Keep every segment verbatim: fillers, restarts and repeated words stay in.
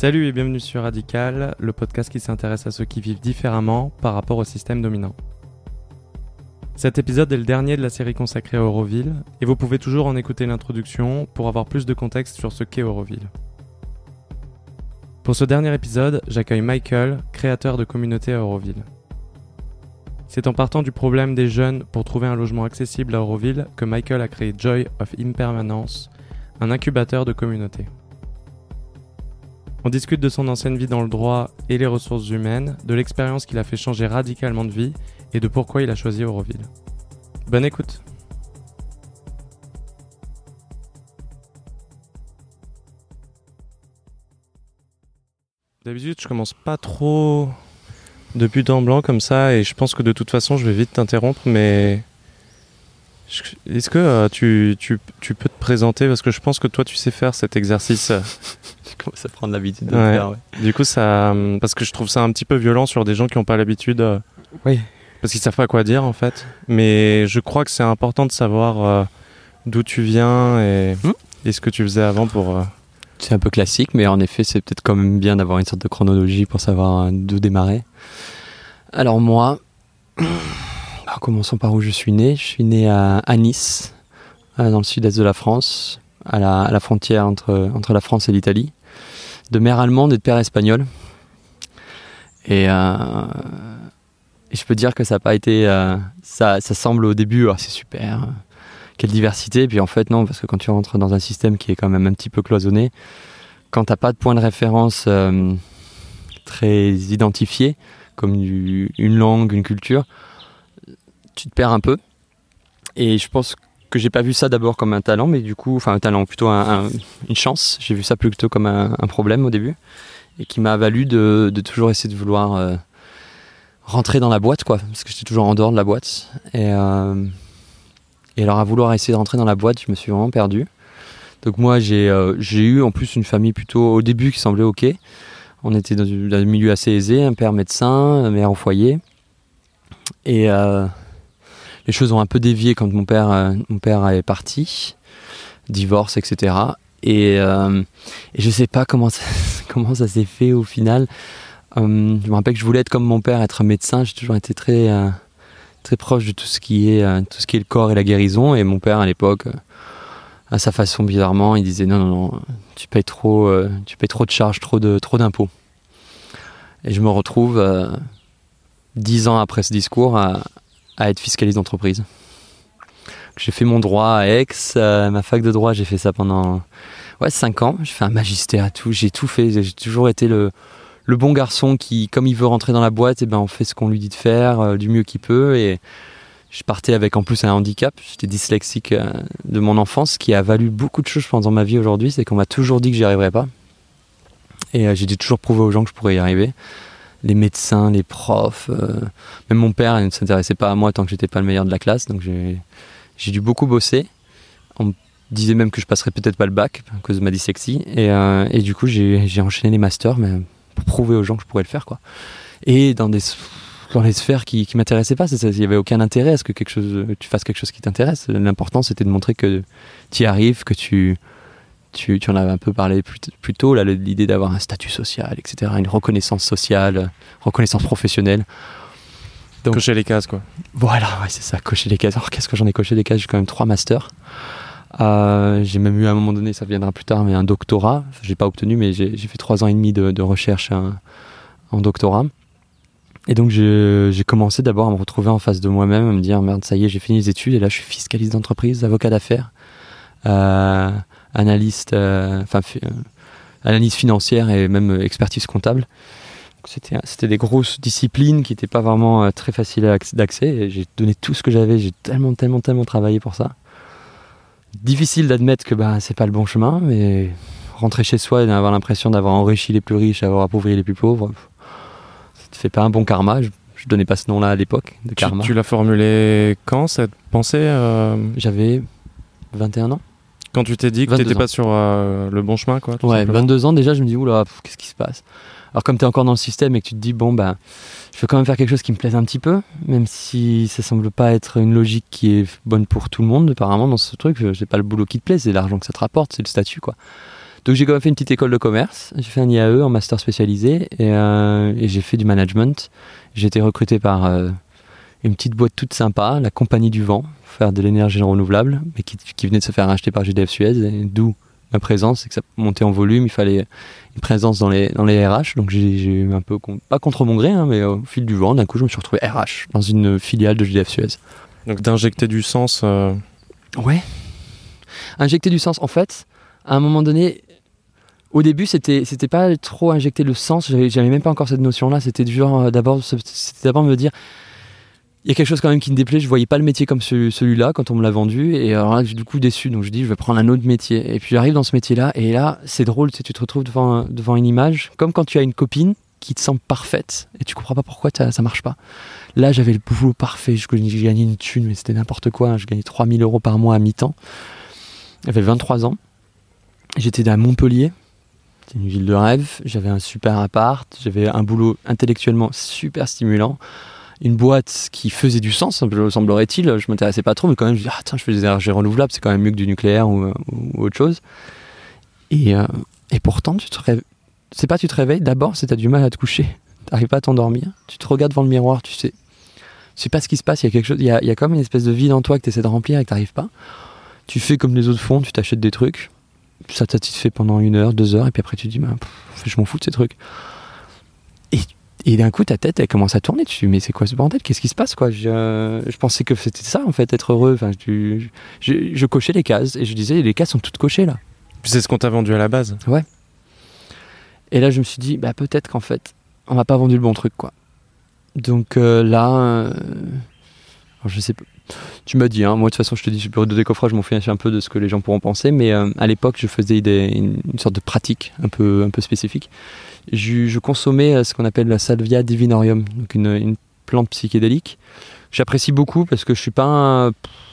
Salut et bienvenue sur Radical, le podcast qui s'intéresse à ceux qui vivent différemment par rapport au système dominant. Cet épisode est le dernier de la série consacrée à Auroville, et vous pouvez toujours en écouter l'introduction pour avoir plus de contexte sur ce qu'est Auroville. Pour ce dernier épisode, j'accueille Michael, créateur de communauté à Auroville. C'est en partant du problème des jeunes pour trouver un logement accessible à Auroville que Michael a créé Joy of Impermanence, un incubateur de communauté. On discute de son ancienne vie dans le droit et les ressources humaines, de l'expérience qui l'a fait changer radicalement de vie et de pourquoi il a choisi Auroville. Bonne écoute. D'habitude, je commence pas trop de but en blanc comme ça et je pense que de toute façon, je vais vite t'interrompre, mais est-ce que euh, tu, tu, tu peux te présenter parce que je pense que toi, tu sais faire cet exercice. Je commence à prendre l'habitude de ouais. le faire, ouais. Du coup, ça, parce que je trouve ça un petit peu violent sur des gens qui n'ont pas l'habitude, euh, oui. parce qu'ils savent pas quoi dire en fait. Mais je crois que c'est important de savoir euh, d'où tu viens et, mmh. et ce que tu faisais avant pour. Euh... C'est un peu classique, mais en effet, c'est peut-être quand même bien d'avoir une sorte de chronologie pour savoir d'où démarrer. Alors moi, alors commençons par où je suis né. Je suis né à, à Nice, dans le sud-est de la France, à la, à la frontière entre, entre la France et l'Italie. De mère allemande et de père espagnol. Et, euh, et je peux dire que ça n'a pas été... Euh, ça, ça semble au début, oh, c'est super, euh, quelle diversité. Et puis en fait, non, parce que quand tu rentres dans un système qui est quand même un petit peu cloisonné, quand tu n'as pas de point de référence euh, très identifié, comme du, une langue, une culture, tu te perds un peu. Et je pense que j'ai pas vu ça d'abord comme un talent, mais du coup, enfin un talent, plutôt un, un, une chance. J'ai vu ça plutôt comme un, un problème au début, et qui m'a valu de, de toujours essayer de vouloir euh, rentrer dans la boîte, quoi, parce que j'étais toujours en dehors de la boîte. Et, euh, et alors à vouloir essayer de rentrer dans la boîte, je me suis vraiment perdu. Donc moi, j'ai, euh, j'ai eu en plus une famille plutôt au début qui semblait ok. On était dans, dans un milieu assez aisé, un père médecin, une mère au foyer, et euh, les choses ont un peu dévié quand mon père, euh, mon père est parti, divorce, et cetera. Et, euh, et je sais pas comment ça, comment ça s'est fait au final. Euh, je me rappelle que je voulais être comme mon père, être médecin. J'ai toujours été très, euh, très proche de tout ce qui est, euh, tout ce qui est le corps et la guérison. Et mon père, à l'époque, euh, à sa façon bizarrement, il disait non, non, non, tu payes trop, euh, tu payes trop de charges, trop de, trop d'impôts. Et je me retrouve euh, dix ans après ce discours à à être fiscaliste d'entreprise. J'ai fait mon droit à Aix, euh, ma fac de droit, j'ai fait ça pendant ouais, cinq ans. J'ai fait un magistère, tout, j'ai tout fait. J'ai toujours été le, le bon garçon qui, comme il veut rentrer dans la boîte, eh ben, on fait ce qu'on lui dit de faire euh, du mieux qu'il peut. Et je partais avec en plus un handicap. J'étais dyslexique euh, de mon enfance, ce qui a valu beaucoup de choses pendant ma vie aujourd'hui. C'est qu'on m'a toujours dit que j'y arriverais pas. Et euh, j'ai dû toujours prouver aux gens que je pourrais y arriver. Les médecins, les profs, euh, même mon père il ne s'intéressait pas à moi tant que j'étais pas le meilleur de la classe, donc j'ai, j'ai dû beaucoup bosser. On me disait même que je passerais peut-être pas le bac à cause de ma dyslexie, et, euh, et du coup j'ai, j'ai enchaîné les masters mais pour prouver aux gens que je pourrais le faire, quoi. Et dans des, dans les sphères qui, qui m'intéressaient pas, il n'y avait aucun intérêt à ce que quelque chose, tu fasses quelque chose qui t'intéresse. L'important c'était de montrer que tu y arrives, que tu... Tu, tu en avais un peu parlé plus, t- plus tôt, là, l'idée d'avoir un statut social, et cetera, une reconnaissance sociale, reconnaissance professionnelle. Donc, cocher les cases, quoi. Voilà, ouais, c'est ça, cocher les cases. Alors, qu'est-ce que j'en ai coché des cases ? J'ai quand même trois masters. Euh, j'ai même eu à un moment donné, ça viendra plus tard, mais un doctorat. Je l'ai pas obtenu, mais j'ai, j'ai fait trois ans et demi de, de recherche hein, en doctorat. Et donc, je, j'ai commencé d'abord à me retrouver en face de moi-même, à me dire, merde, ça y est, j'ai fini les études, et là, je suis fiscaliste d'entreprise, avocat d'affaires. Euh... analyste, euh, enfin, euh, analyse financière et même expertise comptable. Donc c'était, c'était des grosses disciplines qui n'étaient pas vraiment euh, très faciles d'accès. Et j'ai donné tout ce que j'avais, j'ai tellement, tellement, tellement travaillé pour ça. Difficile d'admettre que bah, c'est pas le bon chemin, mais rentrer chez soi et avoir l'impression d'avoir enrichi les plus riches, avoir appauvri les plus pauvres, ça te fait pas un bon karma. Je, je donnais pas ce nom-là à l'époque, de karma. Tu, tu l'as formulé quand, cette pensée euh... J'avais vingt et un ans. Quand tu t'es dit que tu n'étais pas sur euh, le bon chemin, quoi. Ouais, vingt-deux ans déjà, je me dis, oula, pff, qu'est-ce qui se passe ? Alors, comme tu es encore dans le système et que tu te dis, bon, bah, je veux quand même faire quelque chose qui me plaise un petit peu, même si ça semble pas être une logique qui est bonne pour tout le monde, apparemment, dans ce truc. C'est pas le boulot qui te plaît, c'est l'argent que ça te rapporte, c'est le statut, quoi. Donc j'ai quand même fait une petite école de commerce, j'ai fait un I A E en master spécialisé et, euh, et j'ai fait du management. J'ai été recruté par euh, une petite boîte toute sympa, la Compagnie du Vent, pour faire de l'énergie renouvelable, mais qui, qui venait de se faire racheter par G D F Suez, et d'où ma présence, c'est que ça montait en volume, il fallait une présence dans les, dans les R H, donc j'ai, j'ai eu un peu, pas contre mon gré, hein, mais au fil du vent, d'un coup je me suis retrouvé R H dans une filiale de G D F Suez. Donc d'injecter du sens... Euh... Ouais. Injecter du sens, en fait, à un moment donné, au début c'était, c'était pas trop injecter le sens, j'avais, j'avais même pas encore cette notion-là, c'était du genre, euh, d'abord, c'était d'abord me dire... Il y a quelque chose quand même qui me déplaît, je voyais pas le métier comme celui, celui-là quand on me l'a vendu, et alors là, j'ai du coup déçu, donc je dis je vais prendre un autre métier. Et puis j'arrive dans ce métier-là, et là, c'est drôle, tu sais, tu te retrouves devant, devant une image, comme quand tu as une copine qui te semble parfaite, et tu comprends pas pourquoi ça marche pas. Là, j'avais le boulot parfait, je, je gagnais une thune, mais c'était n'importe quoi, hein, je gagnais trois mille euros par mois à mi-temps. J'avais vingt-trois ans, j'étais à Montpellier, c'est une ville de rêve, j'avais un super appart, j'avais un boulot intellectuellement super stimulant, une boîte qui faisait du sens, semblerait-il, je m'intéressais pas trop, mais quand même je me dis ah tiens, je fais des énergies renouvelables, c'est quand même mieux que du nucléaire ou, ou autre chose. Et, euh, et pourtant tu te réveilles, c'est pas tu te réveilles, d'abord c'est t'as du mal à te coucher, t'arrives pas à t'endormir, tu te regardes devant le miroir, tu sais, tu sais pas ce qui se passe, il y a quelque chose, il y a, il y a comme une espèce de vide en toi que t'essaies de remplir et que t'arrives pas. Tu fais comme les autres font, tu t'achètes des trucs, ça te satisfait pendant une heure, deux heures, et puis après tu te dis bah, pff, je m'en fous de ces trucs. Et Et d'un coup, ta tête, elle commence à tourner. Tu te dis, mais c'est quoi ce bordel ? Qu'est-ce qui se passe, quoi ? je, je pensais que c'était ça, en fait, être heureux. Enfin, je, je, je cochais les cases et je disais, les cases sont toutes cochées, là. Puis c'est ce qu'on t'a vendu à la base. Ouais. Et là, je me suis dit, bah, peut-être qu'en fait, on m'a pas vendu le bon truc, quoi. Donc euh, là, euh... alors, je sais pas. Tu m'as dit, hein, moi de toute façon, je te dis, je peux de décoffrage, je m'en fiche un peu de ce que les gens pourront penser, mais euh, à l'époque, je faisais des, une, une sorte de pratique un peu, un peu spécifique. Je, je consommais ce qu'on appelle la Salvia divinorium, donc une, une plante psychédélique. J'apprécie beaucoup parce que je suis pas, un,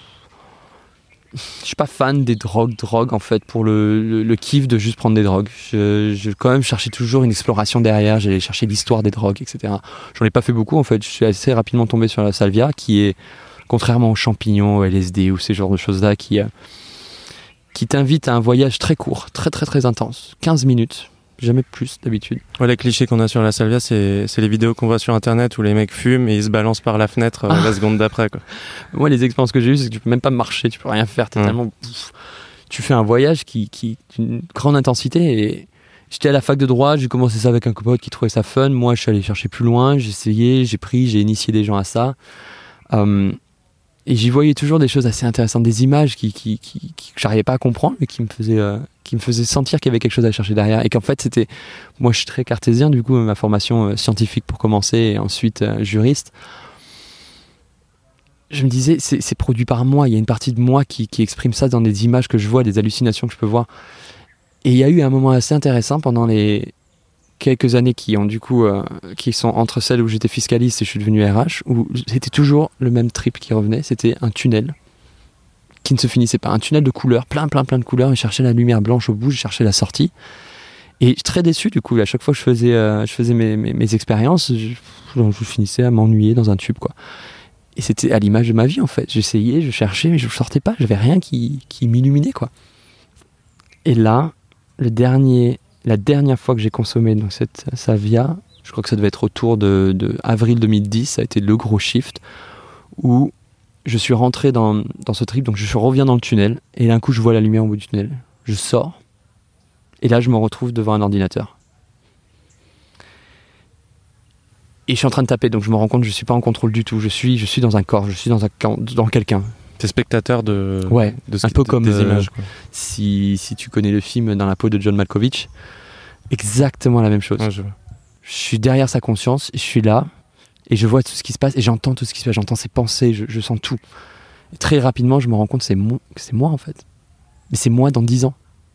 je suis pas fan des drogues, drogues en fait, pour le, le, le kiff de juste prendre des drogues. Je, je quand même cherchais toujours une exploration derrière, j'allais chercher l'histoire des drogues, et cetera. J'en ai pas fait beaucoup en fait. Je suis assez rapidement tombé sur la Salvia, qui est contrairement aux champignons, au L S D ou ces genres de choses-là, qui, euh, qui t'invite à un voyage très court, très très très intense, quinze minutes. Jamais plus d'habitude. Ouais, les clichés qu'on a sur la Salvia, c'est, c'est les vidéos qu'on voit sur internet où les mecs fument et ils se balancent par la fenêtre ah. euh, la seconde d'après, quoi. Moi, les expériences que j'ai eues, c'est que tu peux même pas marcher, tu peux rien faire, t'es mmh. tellement... Pff, tu fais un voyage qui, qui d'une grande intensité. Et j'étais à la fac de droit, j'ai commencé ça avec un copain qui trouvait ça fun. Moi, je suis allé chercher plus loin, j'ai essayé, j'ai pris, j'ai initié des gens à ça. Um, et j'y voyais toujours des choses assez intéressantes, des images qui, qui, qui, qui, que j'arrivais pas à comprendre, mais qui me faisaient... Euh, qui me faisait sentir qu'il y avait quelque chose à chercher derrière et qu'en fait c'était, moi je suis très cartésien du coup, ma formation euh, scientifique pour commencer et ensuite euh, juriste, je me disais c'est, c'est produit par moi, il y a une partie de moi qui, qui exprime ça dans des images que je vois, des hallucinations que je peux voir. Et il y a eu un moment assez intéressant pendant les quelques années qui ont du coup euh, qui sont entre celles où j'étais fiscaliste et je suis devenu R H, où c'était toujours le même trip qui revenait, c'était un tunnel qui ne se finissait pas, un tunnel de couleurs, plein plein plein de couleurs, et je cherchais la lumière blanche au bout, je cherchais la sortie, et très déçu du coup, à chaque fois que je faisais, euh, je faisais mes, mes, mes expériences, je, je finissais à m'ennuyer dans un tube, quoi. Et c'était à l'image de ma vie en fait, j'essayais, je cherchais, mais je ne sortais pas, j'avais rien qui, qui m'illuminait, quoi. Et là, le dernier, la dernière fois que j'ai consommé donc cette Salvia, je crois que ça devait être autour de, de avril deux mille dix, ça a été le gros shift, où je suis rentré dans, dans ce trip, donc je reviens dans le tunnel, et d'un coup je vois la lumière au bout du tunnel. Je sors, et là je me retrouve devant un ordinateur. Et je suis en train de taper, donc je me rends compte que je ne suis pas en contrôle du tout. Je suis, je suis dans un corps, je suis dans, un, dans quelqu'un. T'es spectateur de, ouais, de ce un peu de, comme des euh, images, quoi. Si, si tu connais le film Dans la peau de John Malkovich, exactement la même chose. Ouais, je... je suis derrière sa conscience, je suis là, et je vois tout ce qui se passe, et j'entends tout ce qui se passe, j'entends ses pensées, je, je sens tout. Et très rapidement, je me rends compte que c'est, mon, que c'est moi, en fait. Mais c'est moi dans dix ans.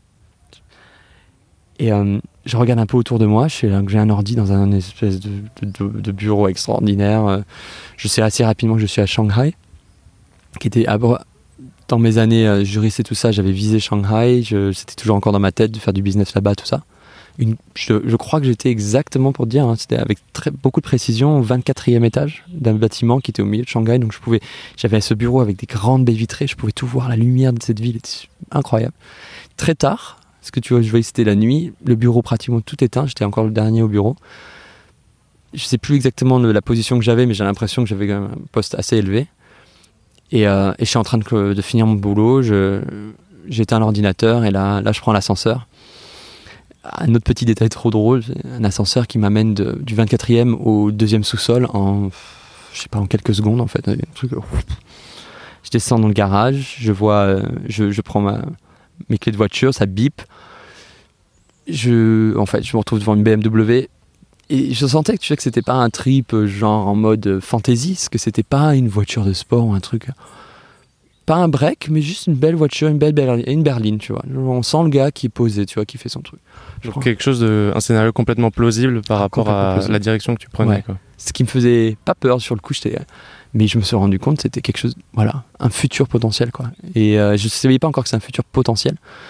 Et euh, je regarde un peu autour de moi, je sais, j'ai un ordi dans un espèce de, de, de bureau extraordinaire. Je sais assez rapidement que je suis à Shanghai, qui était... Dans mes années euh, juriste et tout ça, j'avais visé Shanghai, je, c'était toujours encore dans ma tête de faire du business là-bas, tout ça. Une, je, je crois que j'étais exactement, pour te dire, hein, c'était avec très, beaucoup de précision, au vingt-quatrième étage d'un bâtiment qui était au milieu de Shanghai, donc je pouvais, j'avais ce bureau avec des grandes baies vitrées, je pouvais tout voir, la lumière de cette ville était incroyable. Très tard, Parce que tu vois, je voyais que c'était la nuit, le bureau pratiquement tout éteint, j'étais encore le dernier au bureau. Je sais plus exactement la position que j'avais, mais j'ai l'impression que j'avais un poste assez élevé. Et, euh, et je suis en train de, de finir mon boulot, je, j'éteins l'ordinateur et là, là je prends l'ascenseur. Un autre petit détail trop drôle, un ascenseur qui m'amène de, du vingt-quatrième au deuxième sous-sol en, je sais pas, en quelques secondes en fait. Un truc, je descends dans le garage, je vois, je, je prends ma, mes clés de voiture, ça bip. Je, en fait, je me retrouve devant une B M W. Et je sentais que tu sais que c'était pas un trip genre en mode fantasy, parce que c'était pas une voiture de sport ou un truc, pas un break, mais juste une belle voiture, une belle berline, une berline, tu vois. On sent le gars qui est posé, tu vois, qui fait son truc. Quelque chose de, un scénario complètement plausible par rapport à plausible. La direction que tu prenais. Ouais. Quoi. Ce qui me faisait pas peur sur le coup, j'étais, mais je me suis rendu compte que c'était quelque chose, voilà, un futur potentiel, quoi. Et euh, je savais pas encore que c'est un futur potentiel.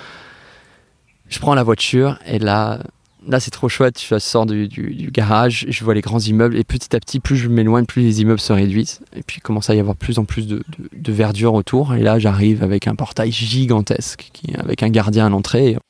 Je prends la voiture et là. Là, c'est trop chouette, je sors du, du, du garage, je vois les grands immeubles, et petit à petit, plus je m'éloigne, plus les immeubles se réduisent, et puis il commence à y avoir plus en plus de, de, de verdure autour, et là, j'arrive avec un portail gigantesque, qui, avec un gardien à l'entrée, et,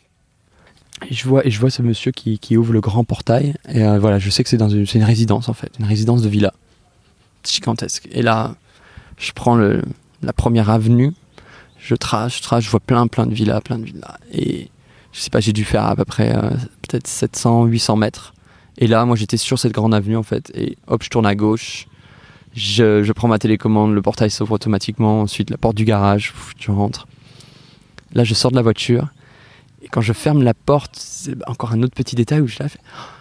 et, je, vois, et je vois ce monsieur qui, qui ouvre le grand portail, et euh, voilà, je sais que c'est, dans une, c'est une résidence, en fait, une résidence de villa, gigantesque. Et là, je prends le, la première avenue, je trace, je trace, je vois plein, plein de villas, plein de villas, et... Je sais pas, j'ai dû faire à peu près euh, peut-être sept cents, huit cents mètres. Et là, moi, j'étais sur cette grande avenue, en fait. Et hop, je tourne à gauche. Je, je prends ma télécommande, le portail s'ouvre automatiquement. Ensuite, la porte du garage, pff, tu rentres. Là, je sors de la voiture. Et quand je ferme la porte, c'est encore un autre petit détail où je la fais.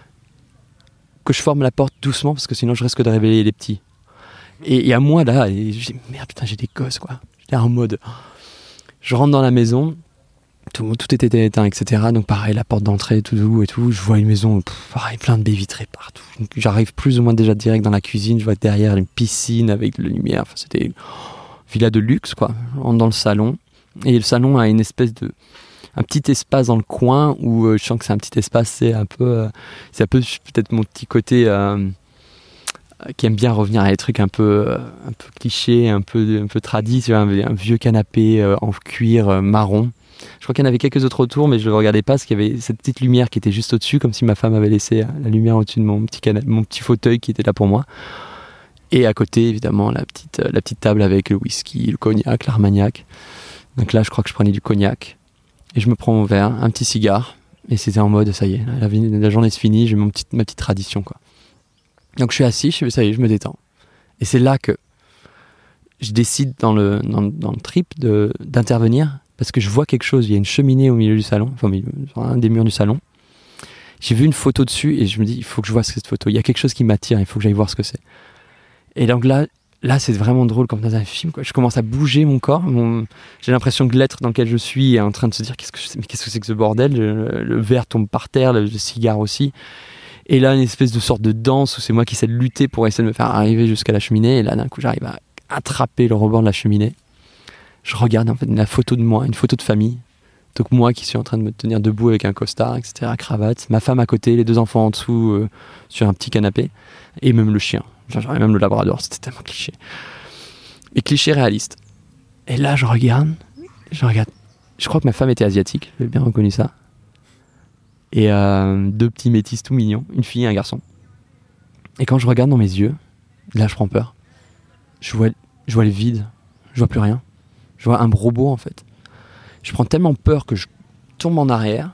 Que je ferme la porte doucement, parce que sinon, je risque de réveiller les petits. Et, et à moi, là, et je dis, merde, putain, j'ai des gosses, quoi. J'étais en mode... Je rentre dans la maison... Tout, tout était éteint, et cetera. Donc pareil, la porte d'entrée, tout doux et tout. Je vois une maison, pff, pareil, plein de baies vitrées partout. J'arrive plus ou moins déjà direct dans la cuisine. Je vois derrière une piscine avec de la lumière. Enfin, c'était une villa de luxe, quoi. On rentre dans le salon. Et le salon a une espèce de... un petit espace dans le coin où euh, je sens que c'est un petit espace, c'est un peu... Euh, c'est un peu peut-être mon petit côté... Euh, qui aime bien revenir à des trucs un peu, euh, un peu clichés, un peu, un peu tradis. Tu vois, un, un vieux canapé euh, en cuir euh, marron. Je crois qu'il y en avait quelques autres autour, mais je ne le regardais pas parce qu'il y avait cette petite lumière qui était juste au-dessus, comme si ma femme avait laissé la lumière au-dessus de mon petit, cana- mon petit fauteuil qui était là pour moi. Et à côté, évidemment, la petite, la petite table avec le whisky, le cognac, l'armagnac. Donc là, je crois que je prenais du cognac. Et je me prends mon verre, un petit cigare. Et c'était en mode, ça y est, la, la journée se finit, j'ai mon petit, ma petite tradition, quoi. Donc je suis assis, je fais, ça y est, je me détends. Et c'est là que je décide dans le, dans, dans le trip de, d'intervenir. Parce que je vois quelque chose, il y a une cheminée au milieu du salon, enfin au milieu, sur un des murs du salon. J'ai vu une photo dessus et je me dis, il faut que je vois cette photo. Il y a quelque chose qui m'attire, il faut que j'aille voir ce que c'est. Et donc là, là c'est vraiment drôle comme dans un film, quoi. Je commence à bouger mon corps. Mon... J'ai l'impression que l'être dans lequel je suis est en train de se dire, qu'est-ce que, mais qu'est-ce que c'est que ce bordel, le, le verre tombe par terre, le, le cigare aussi. Et là, une espèce de sorte de danse où c'est moi qui essaie de lutter pour essayer de me faire arriver jusqu'à la cheminée. Et là, d'un coup, j'arrive à attraper le rebord de la cheminée. Je regarde en fait la photo de moi, une photo de famille. Donc moi qui suis en train de me tenir debout avec un costard, et cetera, cravate. Ma femme à côté, les deux enfants en dessous euh, sur un petit canapé. Et même le chien. Genre, même le labrador, c'était tellement cliché. Et cliché réaliste. Et là, je regarde. Je regarde. Je crois que ma femme était asiatique. J'ai bien reconnu ça. Et euh, deux petits métis tout mignons. Une fille et un garçon. Et quand je regarde dans mes yeux, là, je prends peur. Je vois, je vois le vide. Je vois plus rien. Je vois un robot en fait. Je prends tellement peur que je tombe en arrière.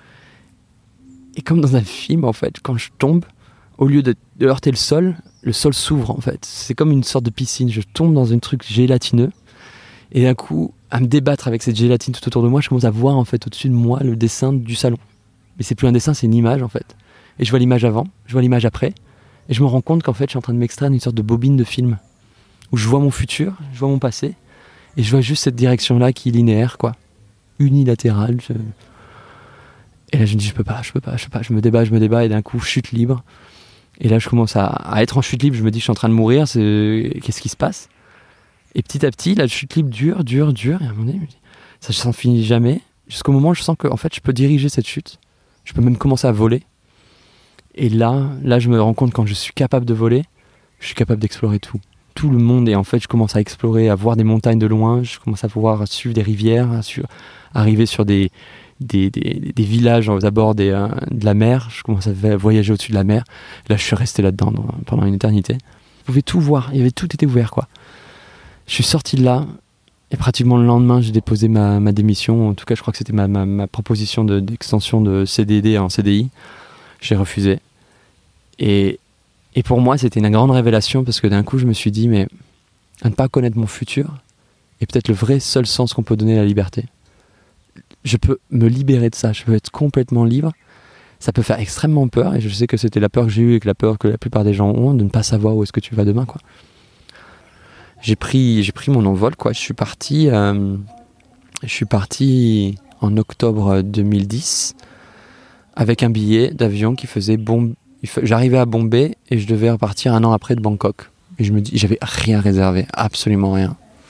Et comme dans un film en fait, quand je tombe, au lieu de, de heurter le sol, le sol s'ouvre en fait. C'est comme une sorte de piscine. Je tombe dans un truc gélatineux. Et d'un coup, à me débattre avec cette gélatine tout autour de moi, je commence à voir en fait au-dessus de moi le dessin du salon. Mais c'est plus un dessin, c'est une image en fait. Et je vois l'image avant, je vois l'image après. Et je me rends compte qu'en fait, je suis en train de m'extraire d'une sorte de bobine de film. Où je vois mon futur, je vois mon passé. Et je vois juste cette direction-là qui est linéaire, quoi. Unilatérale. Je... Et là, je me dis, je peux pas, je peux pas, je peux pas. Je me débat, je me débat, et d'un coup, chute libre. Et là, je commence à, à être en chute libre. Je me dis, je suis en train de mourir. C'est... Qu'est-ce qui se passe ? Et petit à petit, la chute libre dure, dure, dure. Et à un moment donné, je me dis, ça ne s'en finit jamais. Jusqu'au moment où je sens que, en fait, je peux diriger cette chute. Je peux même commencer à voler. Et là, là, je me rends compte, quand je suis capable de voler, je suis capable d'explorer tout. Tout le monde, et en fait je commence à explorer, à voir des montagnes de loin, je commence à pouvoir suivre des rivières, à su- arriver sur des, des, des, des villages aux abords des, euh, de la mer. Je commençais à voyager au-dessus de la mer. Là, je suis resté là-dedans dans, pendant une éternité. Je pouvais tout voir. Il y avait tout était ouvert, quoi. Je suis sorti de là. Et pratiquement le lendemain, j'ai déposé ma, ma démission. En tout cas, je crois que c'était ma, ma, ma proposition de, d'extension de C D D en C D I. J'ai refusé. Et, et pour moi, c'était une grande révélation parce que d'un coup, je me suis dit, mais à ne pas connaître mon futur est peut-être le vrai seul sens qu'on peut donner à la liberté. Je peux me libérer de ça. Je peux être complètement libre. Ça peut faire extrêmement peur. Et je sais que c'était la peur que j'ai eue et que la peur que la plupart des gens ont de ne pas savoir où est-ce que tu vas demain, quoi. J'ai pris, j'ai pris mon envol, quoi. Je suis parti, euh, je suis parti en octobre deux mille dix avec un billet d'avion qui faisait Bom- J'arrivais à Bombay et je devais repartir un an après de Bangkok. Et je me dis, j'avais rien réservé, absolument rien.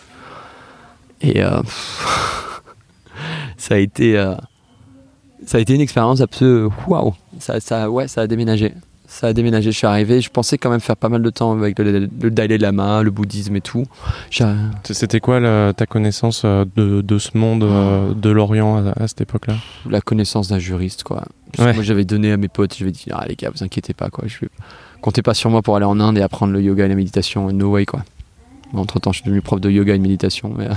Et euh, ça a été, euh, ça a été une expérience absolue. Waouh, ça, ça, ouais, ça a déménagé. Ça a déménagé, je suis arrivé, je pensais quand même faire pas mal de temps avec le, le Dalai Lama, le bouddhisme et tout. J'ai... C'était quoi la, ta connaissance de, de ce monde euh, de l'Orient à, à cette époque-là? La connaissance d'un juriste, quoi. Ouais. Moi, j'avais donné à mes potes, je vais dire, ah les gars, vous inquiétez pas, quoi. Je vais... Comptez pas sur moi pour aller en Inde et apprendre le yoga et la méditation, no way, quoi. Entre temps, je suis devenu prof de yoga et de méditation. Mais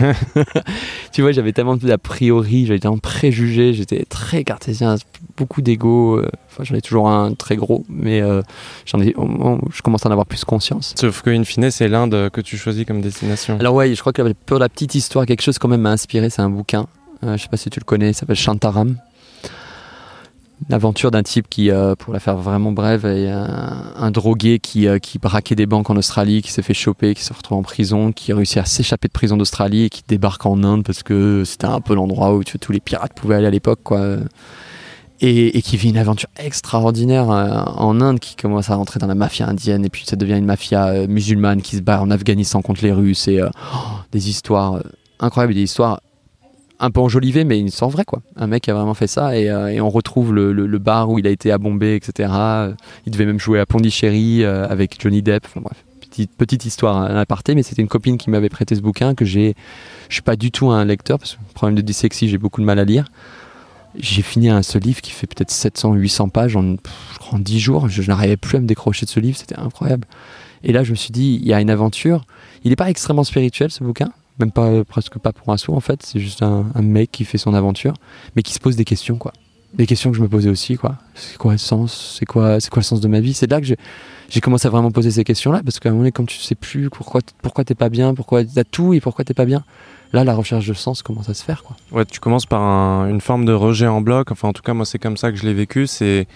tu vois, j'avais tellement d'a priori, j'avais tellement préjugés, j'étais très cartésien, beaucoup d'ego. Enfin, j'en ai toujours un très gros, mais euh, j'en ai, je commence à en avoir plus conscience. Sauf qu'in fine, c'est l'Inde que tu choisis comme destination. Alors ouais, je crois que pour la petite histoire, quelque chose quand même m'a inspiré, c'est un bouquin. Euh, je sais pas si tu le connais, il s'appelle Shantaram. L'aventure d'un type qui, euh, pour la faire vraiment brève, est un, un drogué qui, euh, qui braquait des banques en Australie, qui s'est fait choper, qui se retrouve en prison, qui a réussi à s'échapper de prison d'Australie et qui débarque en Inde parce que c'était un peu l'endroit où tu vois, tous les pirates pouvaient aller à l'époque, quoi. Et, et qui vit une aventure extraordinaire euh, en Inde, qui commence à rentrer dans la mafia indienne et puis ça devient une mafia euh, musulmane qui se bat en Afghanistan contre les Russes et euh, oh, des histoires euh, incroyables, des histoires un peu enjolivé, mais une histoire vraie, quoi. Un mec qui a vraiment fait ça et, euh, et on retrouve le, le, le bar où il a été à Bombay, et cetera. Il devait même jouer à Pondichéry euh, avec Johnny Depp. Enfin bref, petite, petite histoire à l'aparté, mais c'était une copine qui m'avait prêté ce bouquin que j'ai. Je suis pas du tout un lecteur parce que problème de dyslexie, j'ai beaucoup de mal à lire. J'ai fini un, ce livre qui fait peut-être sept cents huit cents pages en, je crois, en dix jours. Je, je n'arrivais plus à me décrocher de ce livre, c'était incroyable. Et là, je me suis dit, il y a une aventure. Il n'est pas extrêmement spirituel, ce bouquin. Même pas, presque pas pour un sou en fait, c'est juste un, un mec qui fait son aventure, mais qui se pose des questions, quoi. Des questions que je me posais aussi, quoi. C'est quoi le sens? C'est quoi, c'est quoi le sens de ma vie? C'est là que j'ai, j'ai commencé à vraiment poser ces questions-là, parce qu'à un moment donné, comme tu sais plus pourquoi, pourquoi t'es pas bien, pourquoi t'as tout et pourquoi t'es pas bien, là la recherche de sens commence à se faire, quoi. Ouais, tu commences par un, une forme de rejet en bloc, enfin en tout cas moi c'est comme ça que je l'ai vécu, c'est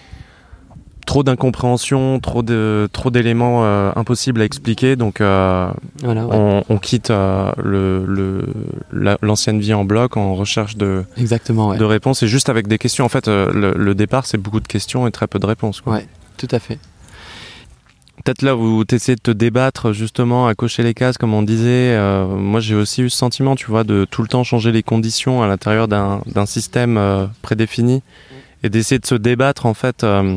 trop d'incompréhension, trop de trop d'éléments euh, impossibles à expliquer, donc euh, voilà, ouais. on, on quitte euh, le, le, la, l'ancienne vie en bloc en recherche de, Exactement, ouais. de réponses et juste avec des questions. En fait, euh, le, le départ, c'est beaucoup de questions et très peu de réponses, quoi. Ouais, tout à fait. Peut-être là où tu essaies de te débattre justement à cocher les cases, comme on disait, euh, moi j'ai aussi eu ce sentiment, tu vois, de tout le temps changer les conditions à l'intérieur d'un, d'un système euh, prédéfini et d'essayer de se débattre en fait. Euh,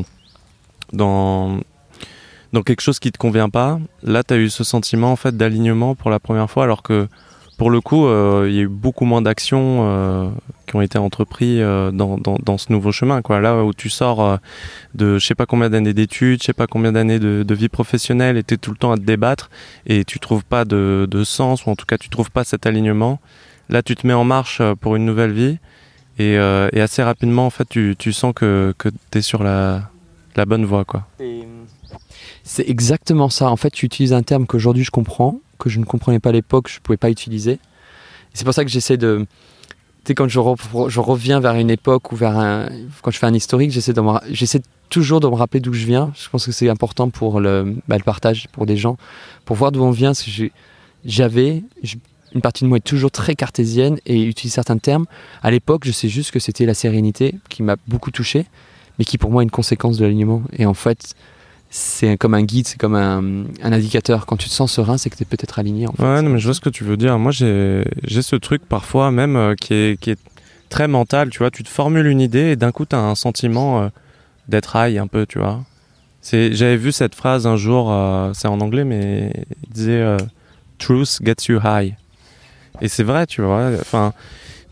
Dans, dans quelque chose qui te convient pas. Là, tu as eu ce sentiment en fait d'alignement pour la première fois, alors que pour le coup, il euh, y a eu beaucoup moins d'actions euh, qui ont été entreprises euh, dans, dans, dans ce nouveau chemin, quoi. Là où tu sors euh, de je sais pas combien d'années d'études, je sais pas combien d'années de, de vie professionnelle, et tu es tout le temps à te débattre et tu trouves pas de, de sens, ou en tout cas tu trouves pas cet alignement. Là, tu te mets en marche pour une nouvelle vie et, euh, et assez rapidement, en fait, tu, tu sens que, que tu es sur la la bonne voie, quoi. C'est exactement ça. En fait, tu utilises un terme qu'aujourd'hui je comprends, que je ne comprenais pas à l'époque, je ne pouvais pas utiliser. Et c'est pour ça que j'essaie de... Tu sais, quand je, re... je reviens vers une époque ou vers un... Quand je fais un historique, j'essaie, de me... j'essaie toujours de me rappeler d'où je viens. Je pense que c'est important pour le, bah, le partage, pour des gens, pour voir d'où on vient. Parce que j'ai... j'avais... Une partie de moi est toujours très cartésienne et utilise certains termes. À l'époque, je sais juste que c'était la sérénité qui m'a beaucoup touché, mais qui pour moi est une conséquence de l'alignement. Et en fait, c'est comme un guide, c'est comme un, un indicateur. Quand tu te sens serein, c'est que tu es peut-être aligné. En fait. Ouais, non, mais je vois ce que tu veux dire. Moi, j'ai, j'ai ce truc parfois même euh, qui, est, qui est très mental, tu vois. Tu te formules une idée et d'un coup, tu as un sentiment euh, d'être high un peu, tu vois. C'est, j'avais vu cette phrase un jour, euh, c'est en anglais, mais il disait euh, « Truth gets you high ». Et c'est vrai, tu vois. Enfin,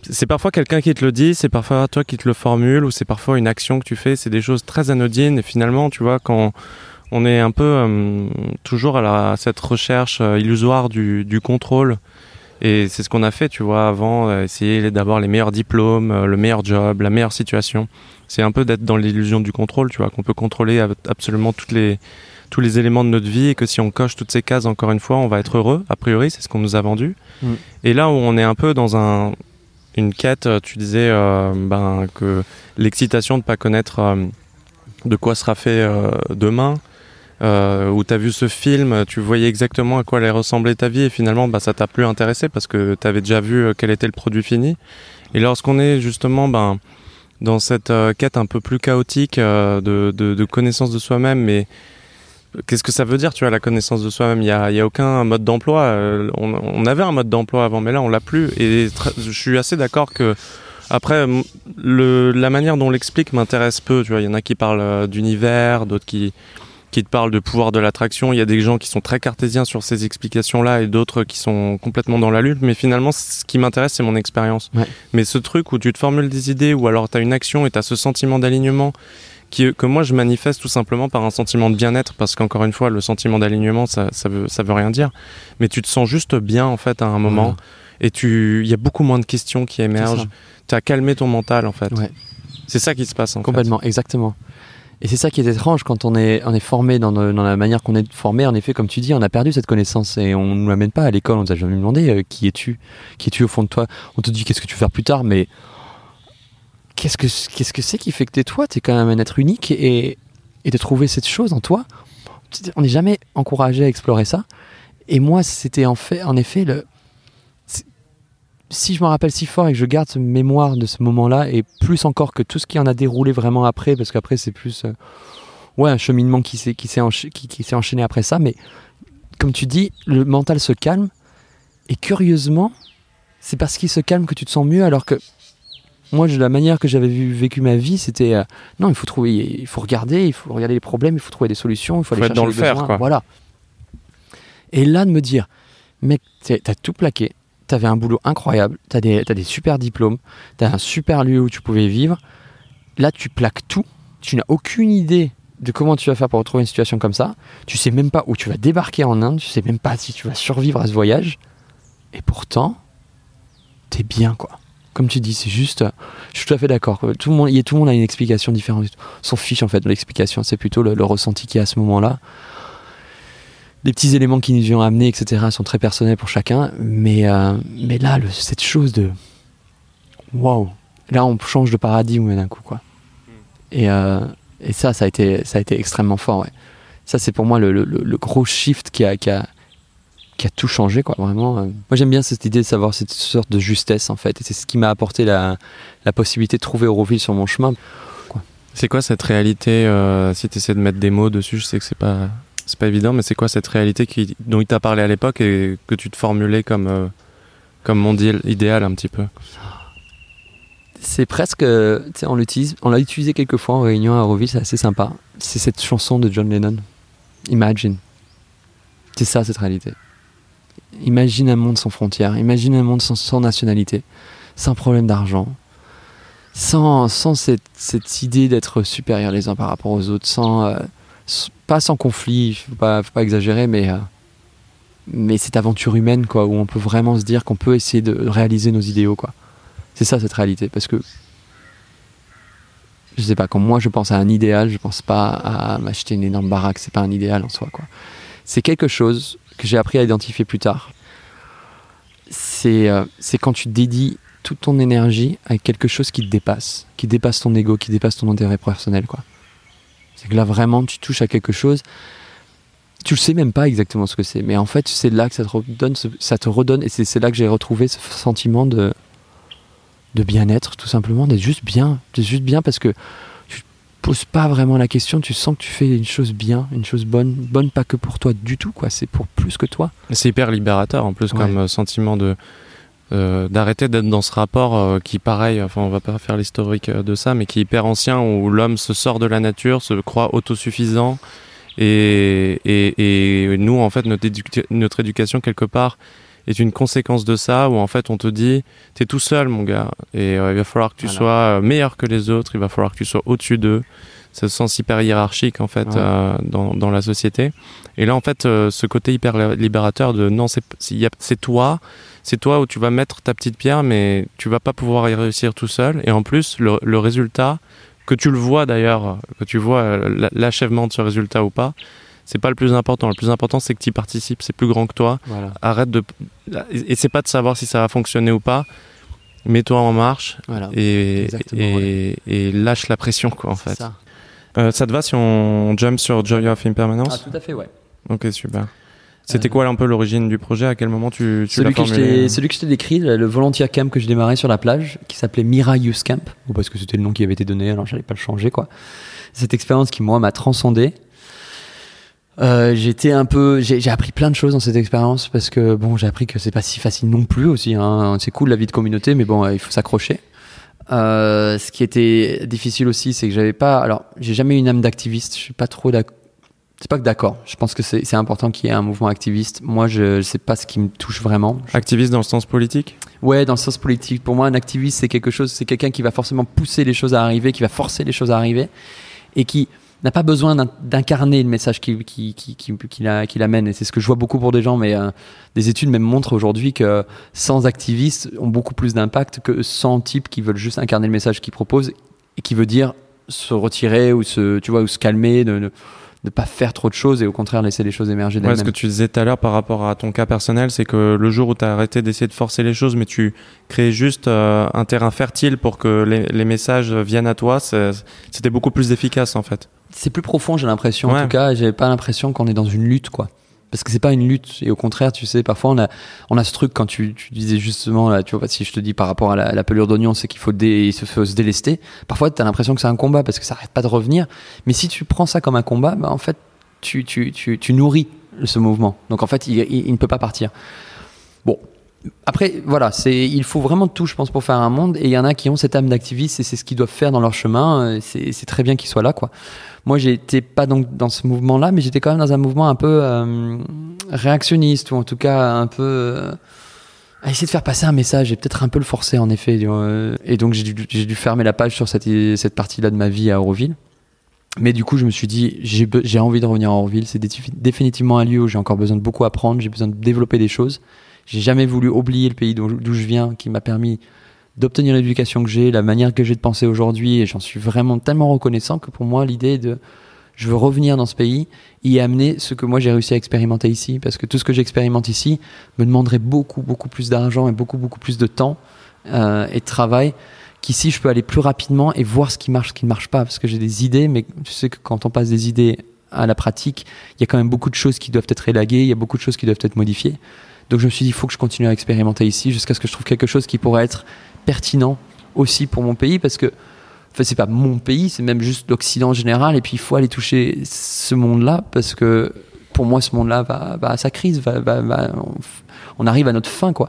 c'est parfois quelqu'un qui te le dit, c'est parfois toi qui te le formule, ou c'est parfois une action que tu fais. C'est des choses très anodines. Et finalement, tu vois, quand on est un peu euh, toujours à, la, à cette recherche euh, illusoire du, du contrôle, et c'est ce qu'on a fait, tu vois, avant, euh, essayer d'avoir les meilleurs diplômes, euh, le meilleur job, la meilleure situation. C'est un peu d'être dans l'illusion du contrôle, tu vois, qu'on peut contrôler absolument toutes les, tous les éléments de notre vie, et que si on coche toutes ces cases, encore une fois, on va être heureux, a priori, c'est ce qu'on nous a vendu. Mmh. Et là où on est un peu dans un, une quête, tu disais euh, ben, que l'excitation de ne pas connaître euh, de quoi sera fait euh, demain, Euh, où tu as vu ce film, tu voyais exactement à quoi allait ressembler ta vie, et finalement bah, ça t'a plus intéressé parce que tu avais déjà vu euh, quel était le produit fini. Et lorsqu'on est justement ben, dans cette euh, quête un peu plus chaotique euh, de, de, de connaissance de soi-même, mais qu'est-ce que ça veut dire, tu vois, la connaissance de soi-même? Il n'y a, y a aucun mode d'emploi. Euh, on, on avait un mode d'emploi avant, mais là on l'a plus. Et tra- je suis assez d'accord que après, le, la manière dont on l'explique m'intéresse peu. Tu vois, il y en a qui parlent d'univers, d'autres qui qui te parlent de pouvoir de l'attraction. Il y a des gens qui sont très cartésiens sur ces explications-là et d'autres qui sont complètement dans la lutte. Mais finalement, ce qui m'intéresse, c'est mon expérience. Ouais. Mais ce truc où tu te formules des idées, ou alors tu as une action et tu as ce sentiment d'alignement qui, que moi, je manifeste tout simplement par un sentiment de bien-être, parce qu'encore une fois, le sentiment d'alignement, ça, ça, veut, ça veut rien dire. Mais tu te sens juste bien, en fait, à un moment. Ouais. Et il y a beaucoup moins de questions qui émergent. Tu as calmé ton mental, en fait. Ouais. C'est ça qui se passe, en Complètement, fait. Exactement. Et c'est ça qui est étrange quand on est, on est formé dans, de, dans la manière qu'on est formé. En effet, comme tu dis, on a perdu cette connaissance et on ne nous l'amène pas à l'école. On ne nous a jamais demandé euh, qui es-tu, qui es-tu au fond de toi. On te dit qu'est-ce que tu veux faire plus tard, mais qu'est-ce que, qu'est-ce que c'est qui fait que t'es toi? T'es quand même un être unique, et, et de trouver cette chose en toi, on n'est jamais encouragé à explorer ça. Et moi, c'était en, fait, en effet le... Si je me rappelle si fort et que je garde ce mémoire de ce moment-là, et plus encore que tout ce qui en a déroulé vraiment après, parce qu'après c'est plus euh, ouais, un cheminement qui s'est, qui, s'est encha- qui, qui s'est enchaîné après ça, mais comme tu dis, le mental se calme, et curieusement, c'est parce qu'il se calme que tu te sens mieux, alors que moi, de la manière que j'avais vu, vécu ma vie, c'était euh, non, il faut trouver, il faut regarder, il faut regarder les problèmes, il faut trouver des solutions, il faut, faut aller être chercher dans les le faire, besoins, quoi. Voilà. Et là, de me dire, mec, t'as tout plaqué. T'avais un boulot incroyable, t'as des, t'as des super diplômes, t'as un super lieu où tu pouvais vivre. Là, tu plaques tout. Tu n'as aucune idée de comment tu vas faire pour retrouver une situation comme ça. Tu sais même pas où tu vas débarquer en Inde. Tu sais même pas si tu vas survivre à ce voyage. Et pourtant, t'es bien, quoi. Comme tu dis, c'est juste... Je suis tout à fait d'accord. Tout le monde, y a, tout le monde a une explication différente. On s'en fiche, en fait, de l'explication. C'est plutôt le, le ressenti qu'il y a à ce moment-là. Les petits éléments qui nous y ont amenés, et cetera, sont très personnels pour chacun. Mais, euh, mais là, le, cette chose de... Waouh! Là, on change de paradigme d'un coup, quoi. Et, euh, et ça, ça a, été, ça a été extrêmement fort, ouais. Ça, c'est pour moi le, le, le gros shift qui a, qui, a, qui a tout changé, quoi, vraiment. Moi, j'aime bien cette idée de savoir cette sorte de justesse, en fait. Et c'est ce qui m'a apporté la, la possibilité de trouver Auroville sur mon chemin. Quoi. C'est quoi cette réalité, euh, si tu essaies de mettre des mots dessus, je sais que c'est pas... C'est pas évident, mais c'est quoi cette réalité qui, dont il t'a parlé à l'époque et que tu te formulais comme, euh, comme monde idéal un petit peu? C'est presque... Tu sais, on l'utilise, on l'a utilisé quelques fois en réunion à Auroville, c'est assez sympa. C'est cette chanson de John Lennon, Imagine. C'est ça, cette réalité. Imagine un monde sans frontières, imagine un monde sans, sans nationalité, sans problème d'argent, sans, sans cette, cette idée d'être supérieur les uns par rapport aux autres, sans... Euh, pas sans conflit, faut pas, faut pas exagérer, mais, euh, mais cette aventure humaine, quoi, où on peut vraiment se dire qu'on peut essayer de réaliser nos idéaux, quoi. C'est ça, cette réalité, parce que je sais pas, quand moi je pense à un idéal, je pense pas à m'acheter une énorme baraque, c'est pas un idéal en soi, quoi. C'est quelque chose que j'ai appris à identifier plus tard. C'est, euh, c'est quand tu dédies toute ton énergie à quelque chose qui te dépasse, qui dépasse ton ego, qui dépasse ton intérêt personnel, quoi. C'est que là, vraiment, tu touches à quelque chose, tu le sais même pas exactement ce que c'est, mais en fait, c'est là que ça te redonne, ça te redonne et c'est, c'est là que j'ai retrouvé ce sentiment de, de bien-être, tout simplement, d'être juste bien, d'être juste bien parce que tu te poses pas vraiment la question, tu sens que tu fais une chose bien, une chose bonne, bonne pas que pour toi du tout, quoi, c'est pour plus que toi. C'est hyper libérateur, en plus, ouais. Comme euh, sentiment de... Euh, d'arrêter d'être dans ce rapport euh, qui pareil, enfin on va pas faire l'historique euh, de ça, mais qui est hyper ancien, où l'homme se sort de la nature, se croit autosuffisant et, et, et nous en fait notre, édu- notre éducation quelque part est une conséquence de ça, où en fait on te dit t'es tout seul mon gars, et euh, il va falloir que tu voilà. sois meilleur que les autres, il va falloir que tu sois au-dessus d'eux. Ce sens hyper hiérarchique en fait, ouais. euh, dans, dans la société. Et là en fait euh, ce côté hyper libérateur de non, c'est, c'est, y a, c'est toi c'est toi où tu vas mettre ta petite pierre, mais tu vas pas pouvoir y réussir tout seul, et en plus le, le résultat, que tu le vois d'ailleurs, que tu vois l'achèvement de ce résultat ou pas, c'est pas le plus important. Le plus important, c'est que tu y participes, c'est plus grand que toi. Voilà. Arrête de... Et c'est pas de savoir si ça va fonctionner ou pas, mets-toi en marche, voilà. et, et, et lâche la pression, quoi, en c'est fait. Ça. Euh, ça te va si on jump sur Joy of Impermanence ? Ah, tout à fait, ouais. Ok, super. C'était euh... quoi un peu l'origine du projet ? À quel moment tu, tu l'as formulé ? Celui que je t'ai décrit, le volunteer camp que je démarrais sur la plage, qui s'appelait Mira Youth Camp, ou parce que c'était le nom qui avait été donné, alors j'allais pas le changer, quoi. Cette expérience qui, moi, m'a transcendé. Euh, j'étais un peu, j'ai, j'ai appris plein de choses dans cette expérience, parce que bon, j'ai appris que c'est pas si facile non plus aussi, hein. C'est cool la vie de communauté, mais bon, il faut s'accrocher. Euh, ce qui était difficile aussi, c'est que j'avais pas, alors j'ai jamais eu une âme d'activiste, je suis pas trop d'accord. C'est pas que d'accord, je pense que c'est, c'est important qu'il y ait un mouvement activiste. Moi, je, je sais pas ce qui me touche vraiment. Activiste dans le sens politique ? Ouais, dans le sens politique. Pour moi, un activiste, c'est quelque chose, c'est quelqu'un qui va forcément pousser les choses à arriver, qui va forcer les choses à arriver, et qui n'a pas besoin d'incarner le message qu'il, qu'il, qu'il, qu'il, qu'il, a, qu'il amène. Et c'est ce que je vois beaucoup pour des gens, mais euh, des études même montrent aujourd'hui que cent activistes ont beaucoup plus d'impact que cent types qui veulent juste incarner le message qu'ils proposent, et qui veut dire se retirer ou se, tu vois, ou se calmer, de, de de pas faire trop de choses et au contraire laisser les choses émerger d'elles-mêmes. Ouais, ce que tu disais tout à l'heure par rapport à ton cas personnel, c'est que le jour où tu as arrêté d'essayer de forcer les choses, mais tu crées juste euh, un terrain fertile pour que les, les messages viennent à toi, c'est, c'était beaucoup plus efficace en fait. C'est plus profond, j'ai l'impression. Ouais. En tout cas, j'avais pas l'impression qu'on est dans une lutte, quoi. Parce que c'est pas une lutte. Et au contraire, tu sais, parfois on a, on a ce truc quand tu, tu disais justement, là, tu vois, si je te dis par rapport à la, à la pelure d'oignon, c'est qu'il faut, dé, il se, faut se délester. Parfois, t'as l'impression que c'est un combat parce que ça arrête pas de revenir. Mais si tu prends ça comme un combat, bah, en fait, tu, tu, tu, tu nourris ce mouvement. Donc en fait, il, il, il ne peut pas partir. Bon. Après, voilà, c'est, il faut vraiment tout, je pense, pour faire un monde. Et il y en a qui ont cette âme d'activiste et c'est ce qu'ils doivent faire dans leur chemin. C'est, c'est très bien qu'ils soient là, quoi. Moi, j'étais pas donc dans ce mouvement-là, mais j'étais quand même dans un mouvement un peu euh, réactionniste, ou en tout cas un peu euh, à essayer de faire passer un message et peut-être un peu le forcer, en effet. Et donc, j'ai dû, j'ai dû fermer la page sur cette, cette partie-là de ma vie à Auroville. Mais du coup, je me suis dit, j'ai, j'ai envie de revenir à Auroville. C'est définitivement un lieu où j'ai encore besoin de beaucoup apprendre. J'ai besoin de développer des choses. J'ai jamais voulu oublier le pays d'où, d'où je viens, qui m'a permis d'obtenir l'éducation que j'ai, la manière que j'ai de penser aujourd'hui, et j'en suis vraiment tellement reconnaissant que pour moi, l'idée de je veux revenir dans ce pays y amener ce que moi j'ai réussi à expérimenter ici, parce que tout ce que j'expérimente ici me demanderait beaucoup, beaucoup plus d'argent et beaucoup, beaucoup plus de temps euh, et de travail, qu'ici je peux aller plus rapidement et voir ce qui marche, ce qui ne marche pas, parce que j'ai des idées, mais tu sais que quand on passe des idées à la pratique, il y a quand même beaucoup de choses qui doivent être élaguées, il y a beaucoup de choses qui doivent être modifiées. Donc je me suis dit, il faut que je continue à expérimenter ici jusqu'à ce que je trouve quelque chose qui pourrait être pertinent aussi pour mon pays, parce que enfin, c'est pas mon pays, c'est même juste l'Occident en général, et puis il faut aller toucher ce monde-là, parce que pour moi ce monde-là va, va à sa crise, va, va, va, on, on arrive à notre fin, quoi.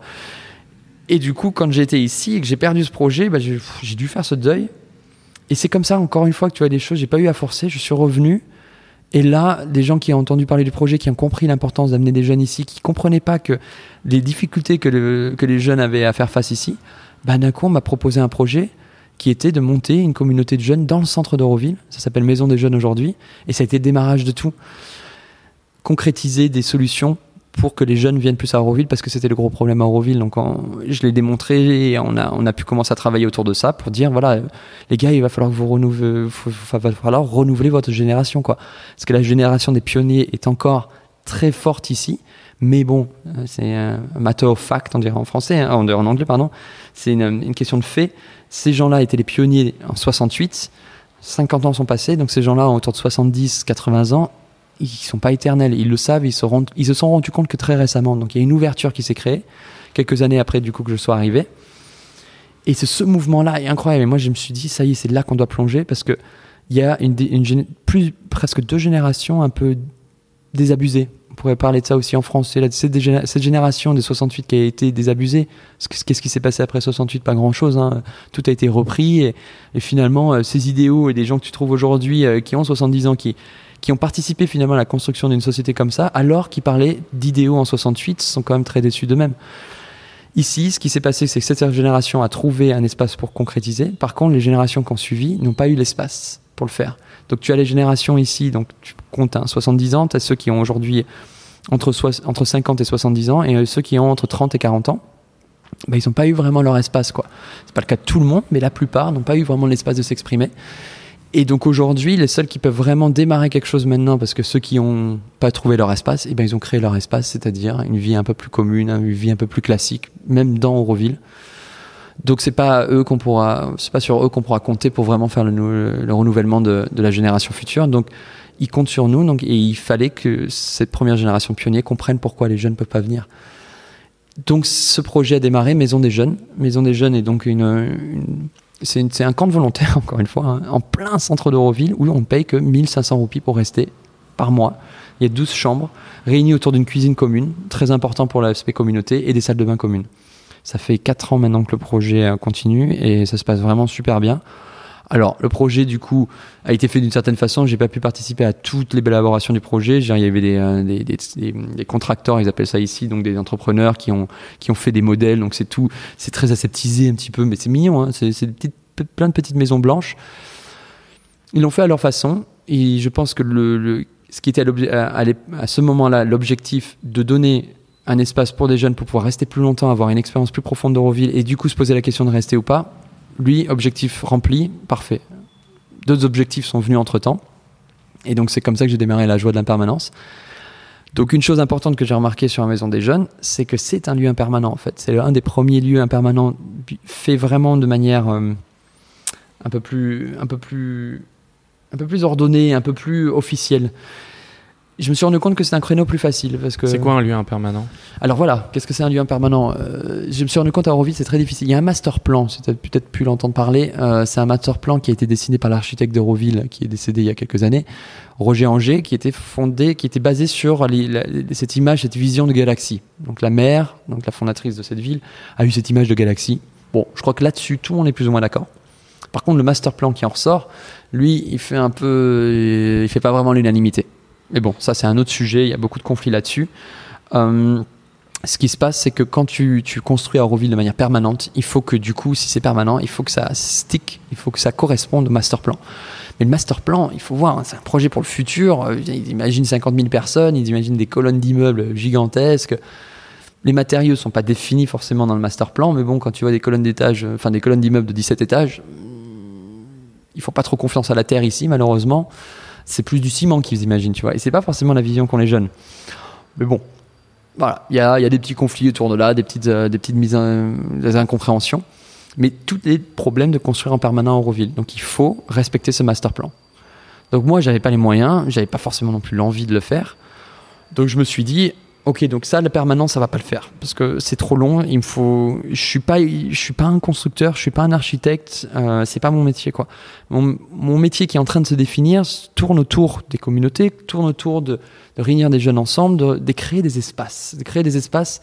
Et du coup, quand j'étais ici et que j'ai perdu ce projet, bah, j'ai, j'ai dû faire ce deuil, et c'est comme ça, encore une fois, que tu vois des choses, j'ai pas eu à forcer, je suis revenu. Et là, des gens qui ont entendu parler du projet, qui ont compris l'importance d'amener des jeunes ici, qui ne comprenaient pas que les difficultés que, le, que les jeunes avaient à faire face ici, bah, d'un coup, on m'a proposé un projet qui était de monter une communauté de jeunes dans le centre d'Auroville. Ça s'appelle Maison des Jeunes aujourd'hui. Et ça a été le démarrage de tout. Concrétiser des solutions pour que les jeunes viennent plus à Auroville, parce que c'était le gros problème à Auroville. Donc on, je l'ai démontré et on a, on a pu commencer à travailler autour de ça pour dire, voilà, les gars, il va falloir que vous renouvelez, il va falloir renouveler votre génération, quoi. Parce que la génération des pionniers est encore très forte ici. Mais bon, c'est un matter of fact, on dirait en français, hein, en anglais, pardon. C'est une, une question de fait. Ces gens-là étaient les pionniers en soixante-huit. cinquante ans sont passés, donc ces gens-là ont autour de soixante-dix, quatre-vingts ans. Ils ne sont pas éternels, ils le savent, ils se, rendent, ils se sont rendus compte que très récemment. Donc il y a une ouverture qui s'est créée, quelques années après du coup que je sois arrivé. Et c'est ce mouvement-là est incroyable. Et moi je me suis dit, ça y est, c'est là qu'on doit plonger, parce qu'il y a une, une, plus, presque deux générations un peu désabusées. On pourrait parler de ça aussi en France. C'est la, cette, cette génération des soixante-huit qui a été désabusée. Qu'est-ce qui s'est passé après soixante-huit? Pas grand-chose, hein. Tout a été repris. Et, et finalement, euh, ces idéaux et des gens que tu trouves aujourd'hui euh, qui ont soixante-dix ans, qui qui ont participé finalement à la construction d'une société comme ça, alors qu'ils parlaient d'idéaux en soixante-huit, sont quand même très déçus d'eux-mêmes. Ici, ce qui s'est passé, c'est que cette génération a trouvé un espace pour concrétiser. Par contre, les générations qui ont suivi n'ont pas eu l'espace pour le faire. Donc tu as les générations ici, donc tu comptes hein, soixante-dix ans, tu as ceux qui ont aujourd'hui entre, so- entre cinquante et soixante-dix ans, et ceux qui ont entre trente et quarante ans. Ben, ils n'ont pas eu vraiment leur espace, quoi. C'est pas le cas de tout le monde, mais la plupart n'ont pas eu vraiment l'espace de s'exprimer. Et donc aujourd'hui, les seuls qui peuvent vraiment démarrer quelque chose maintenant, parce que ceux qui n'ont pas trouvé leur espace, eh ben, ils ont créé leur espace, c'est-à-dire une vie un peu plus commune, une vie un peu plus classique, même dans Auroville. Donc c'est pas eux qu'on pourra, c'est pas sur eux qu'on pourra compter pour vraiment faire le, le, le renouvellement de, de la génération future. Donc ils comptent sur nous, donc, et il fallait que cette première génération de pionniers comprenne pourquoi les jeunes ne peuvent pas venir. Donc ce projet a démarré, Maison des Jeunes. Maison des Jeunes est donc une, une, c'est, une c'est un camp de volontaires, encore une fois, hein, en plein centre d'Auroville, où on paye que mille cinq cents roupies pour rester par mois. Il y a douze chambres réunies autour d'une cuisine commune, très important pour l'aspect communauté, et des salles de bain communes. Ça fait quatre ans maintenant que le projet continue et ça se passe vraiment super bien. Alors, le projet, du coup, a été fait d'une certaine façon. J'ai pas pu participer à toute l'élaboration du projet. Genre, il y avait des, euh, des, des, des, des contracteurs, ils appellent ça ici, donc des entrepreneurs qui ont, qui ont fait des modèles. Donc, c'est tout, c'est très aseptisé un petit peu, mais c'est mignon, hein. C'est, c'est des petites, plein de petites maisons blanches. Ils l'ont fait à leur façon. Et je pense que le, le, ce qui était à, à, à ce moment-là, l'objectif de donner un espace pour des jeunes pour pouvoir rester plus longtemps, avoir une expérience plus profonde d'Auroville et du coup se poser la question de rester ou pas. Lui, objectif rempli, parfait. D'autres objectifs sont venus entre-temps. Et donc, c'est comme ça que j'ai démarré la joie de l'impermanence. Donc, une chose importante que j'ai remarqué sur la Maison des Jeunes, c'est que c'est un lieu impermanent, en fait. C'est un des premiers lieux impermanents fait vraiment de manière euh, un peu plus, un peu plus, un peu plus ordonnée, un peu plus officielle. Je me suis rendu compte que c'est un créneau plus facile. Parce que... C'est quoi un lieu impermanent ? Alors voilà, qu'est-ce que c'est un lieu impermanent ? euh, Je me suis rendu compte à Auroville, c'est très difficile. Il y a un master plan, tu as peut-être pu l'entendre parler. Euh, c'est un master plan qui a été dessiné par l'architecte d'Auroville, qui est décédé il y a quelques années, Roger Anger, qui était fondé, qui était basé sur les, la, cette image, cette vision de galaxie. Donc la mère, donc la fondatrice de cette ville, a eu cette image de galaxie. Bon, je crois que là-dessus, tout le monde est plus ou moins d'accord. Par contre, le master plan qui en ressort, lui, il fait un peu, il fait pas vraiment l'unanimité. Mais bon, ça c'est un autre sujet, il y a beaucoup de conflits là-dessus. Euh, ce qui se passe, c'est que quand tu, tu construis à Auroville de manière permanente, il faut que du coup, si c'est permanent, il faut que ça stick, il faut que ça corresponde au master plan. Mais le master plan, il faut voir, hein, c'est un projet pour le futur, ils imaginent cinquante mille personnes, ils imaginent des colonnes d'immeubles gigantesques. Les matériaux ne sont pas définis forcément dans le master plan, mais bon, quand tu vois des colonnes d'étage, enfin des colonnes d'immeubles de dix-sept étages, il ne faut pas trop confiance à la terre ici, malheureusement. C'est plus du ciment qu'ils imaginent, tu vois. Et c'est pas forcément la vision qu'ont les jeunes. Mais bon, voilà, il y a, y a des petits conflits autour de là, des petites, euh, des petites mises in, des incompréhensions. Mais tous les problèmes de construire en permanent à Auroville. Donc il faut respecter ce master plan. Donc moi, j'avais pas les moyens, j'avais pas forcément non plus l'envie de le faire. Donc je me suis dit, ok, donc ça, la permanence, ça va pas le faire parce que c'est trop long. Il me faut, je suis pas, je suis pas un constructeur, je suis pas un architecte. Euh, c'est pas mon métier, quoi. Mon, mon métier qui est en train de se définir tourne autour des communautés, tourne autour de, de réunir des jeunes ensemble, de, de créer des espaces, de créer des espaces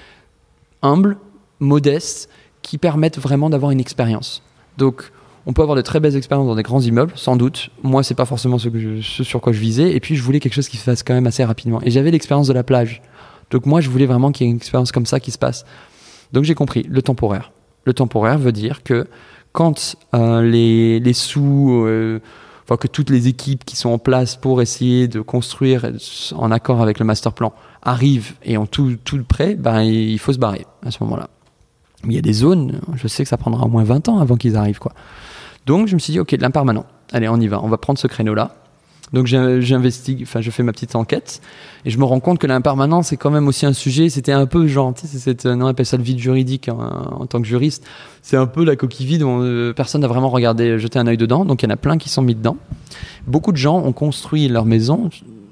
humbles, modestes, qui permettent vraiment d'avoir une expérience. Donc, on peut avoir de très belles expériences dans des grands immeubles, sans doute. Moi, c'est pas forcément ce, que je, ce sur quoi je visais. Et puis, je voulais quelque chose qui se fasse quand même assez rapidement. Et j'avais l'expérience de la plage. Donc moi, je voulais vraiment qu'il y ait une expérience comme ça qui se passe. Donc j'ai compris, le temporaire. Le temporaire veut dire que quand euh, les, les sous, euh, enfin que toutes les équipes qui sont en place pour essayer de construire en accord avec le master plan arrivent et ont tout, tout prêt, ben, il faut se barrer à ce moment-là. Mais il y a des zones, je sais que ça prendra au moins vingt ans avant qu'ils arrivent, quoi. Donc je me suis dit, ok, de l'impermanent. Allez, on y va, on va prendre ce créneau-là. Donc j'investigue, enfin je fais ma petite enquête et je me rends compte que l'impermanence c'est quand même aussi un sujet. C'était un peu genre, tu sais, c'est cette, on appelle ça le vide juridique en, en tant que juriste. C'est un peu la coquille vide où on, personne n'a vraiment regardé, jeté un œil dedans. Donc il y en a plein qui sont mis dedans. Beaucoup de gens ont construit leur maison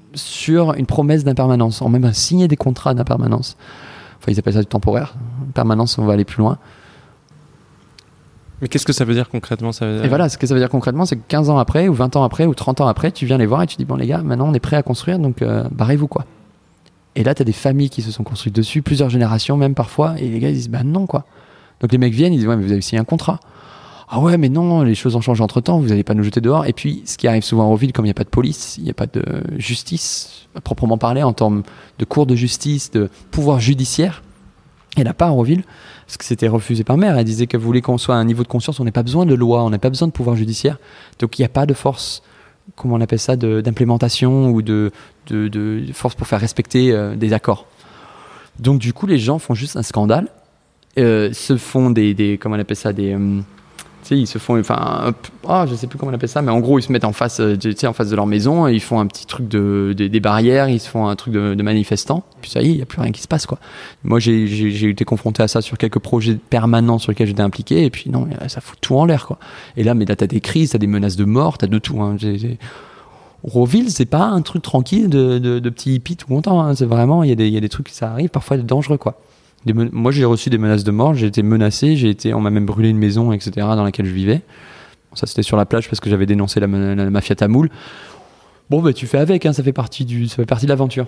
sur une promesse d'impermanence, ont même signé des contrats d'impermanence. Enfin ils appellent ça du temporaire. Permanence, on va aller plus loin. Mais qu'est-ce que ça veut dire concrètement ça veut dire... Et voilà, ce que ça veut dire concrètement, c'est que quinze ans après, ou vingt ans après, ou trente ans après, tu viens les voir et tu dis, bon les gars, maintenant on est prêt à construire, donc euh, barrez-vous, quoi. Et là, tu as des familles qui se sont construites dessus, plusieurs générations même parfois, et les gars ils disent, bah non, quoi. Donc les mecs viennent, ils disent, ouais, mais vous avez signé un contrat. Ah ouais, mais non, les choses ont changé entre temps, vous n'allez pas nous jeter dehors. Et puis, ce qui arrive souvent à Auroville, comme il n'y a pas de police, il n'y a pas de justice, à proprement parler, en termes de cours de justice, de pouvoir judiciaire, il n'y en a pas à Auroville, parce que c'était refusé par maire. Elle disait qu'elle voulait qu'on soit à un niveau de conscience, on n'a pas besoin de loi, on n'a pas besoin de pouvoir judiciaire. Donc, il n'y a pas de force, comment on appelle ça, de, d'implémentation ou de, de, de force pour faire respecter euh, des accords. Donc, du coup, les gens font juste un scandale, euh, se font des, des, comment on appelle ça, des... Euh, tu sais, ils se font, enfin, oh, je sais plus comment on appelle ça, mais en gros, ils se mettent en face, tu sais, en face de leur maison, et ils font un petit truc de, de des barrières, ils se font un truc de, de manifestants, puis ça y est, il n'y a plus rien qui se passe, quoi. Moi, j'ai, j'ai, j'ai été confronté à ça sur quelques projets permanents sur lesquels j'étais impliqué, et puis non, ça fout tout en l'air, quoi. Et là, mais là, t'as des crises, t'as des menaces de mort, t'as de tout, hein. J'ai, j'ai... Auroville, c'est pas un truc tranquille de, de, de petits hippies tout content, hein. C'est vraiment, il y a des, il y a des trucs qui ça arrive, parfois dangereux, quoi. Des men- Moi, j'ai reçu des menaces de mort, j'ai été menacé, j'ai été, on m'a même brûlé une maison, et cetera, dans laquelle je vivais. Ça, c'était sur la plage parce que j'avais dénoncé la, la, la mafia tamoule. Bon, bah, tu fais avec, hein, ça fait partie du, ça fait partie de l'aventure.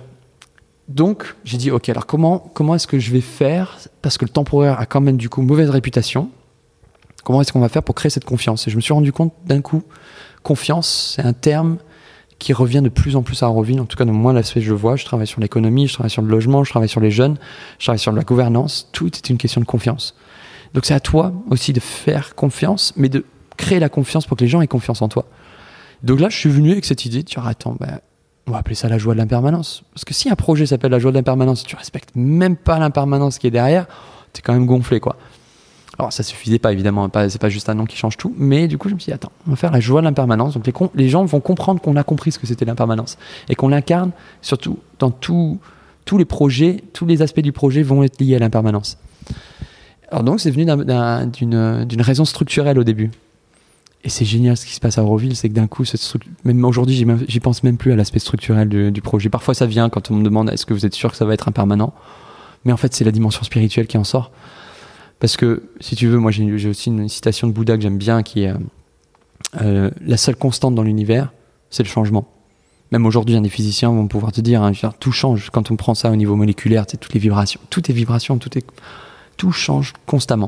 Donc, j'ai dit, ok, alors comment, comment est-ce que je vais faire, parce que le temporaire a quand même du coup mauvaise réputation. Comment est-ce qu'on va faire pour créer cette confiance ? Et je me suis rendu compte d'un coup, confiance, c'est un terme qui revient de plus en plus à Auroville, en tout cas de moi l'aspect que je vois. Je travaille sur l'économie, je travaille sur le logement, je travaille sur les jeunes, je travaille sur la gouvernance, tout est une question de confiance. Donc c'est à toi aussi de faire confiance, mais de créer la confiance pour que les gens aient confiance en toi. Donc là je suis venu avec cette idée de dire attends, ben, on va appeler ça la joie de l'impermanence, parce que si un projet s'appelle la joie de l'impermanence, tu respectes même pas l'impermanence qui est derrière, t'es quand même gonflé, quoi. Alors ça suffisait pas évidemment, pas, c'est pas juste un nom qui change tout, mais du coup je me suis dit attends, on va faire la joie de l'impermanence. Donc les, con- les gens vont comprendre qu'on a compris ce que c'était l'impermanence et qu'on l'incarne surtout dans tout, tous les projets, tous les aspects du projet vont être liés à l'impermanence. Alors donc c'est venu d'un, d'un, d'une, d'une raison structurelle au début. Et c'est génial ce qui se passe à Auroville, c'est que d'un coup, cette stru- même aujourd'hui j'y, j'y pense même plus à l'aspect structurel du, du projet. Parfois ça vient quand on me demande est-ce que vous êtes sûr que ça va être impermanent, mais en fait c'est la dimension spirituelle qui en sort. Parce que, si tu veux, moi j'ai, j'ai aussi une citation de Bouddha que j'aime bien qui est euh, la seule constante dans l'univers, c'est le changement. Même aujourd'hui, hein, des physiciens vont pouvoir te dire, hein, tout change quand on prend ça au niveau moléculaire, toutes les vibrations, tout est vibration, tout, est, tout change constamment.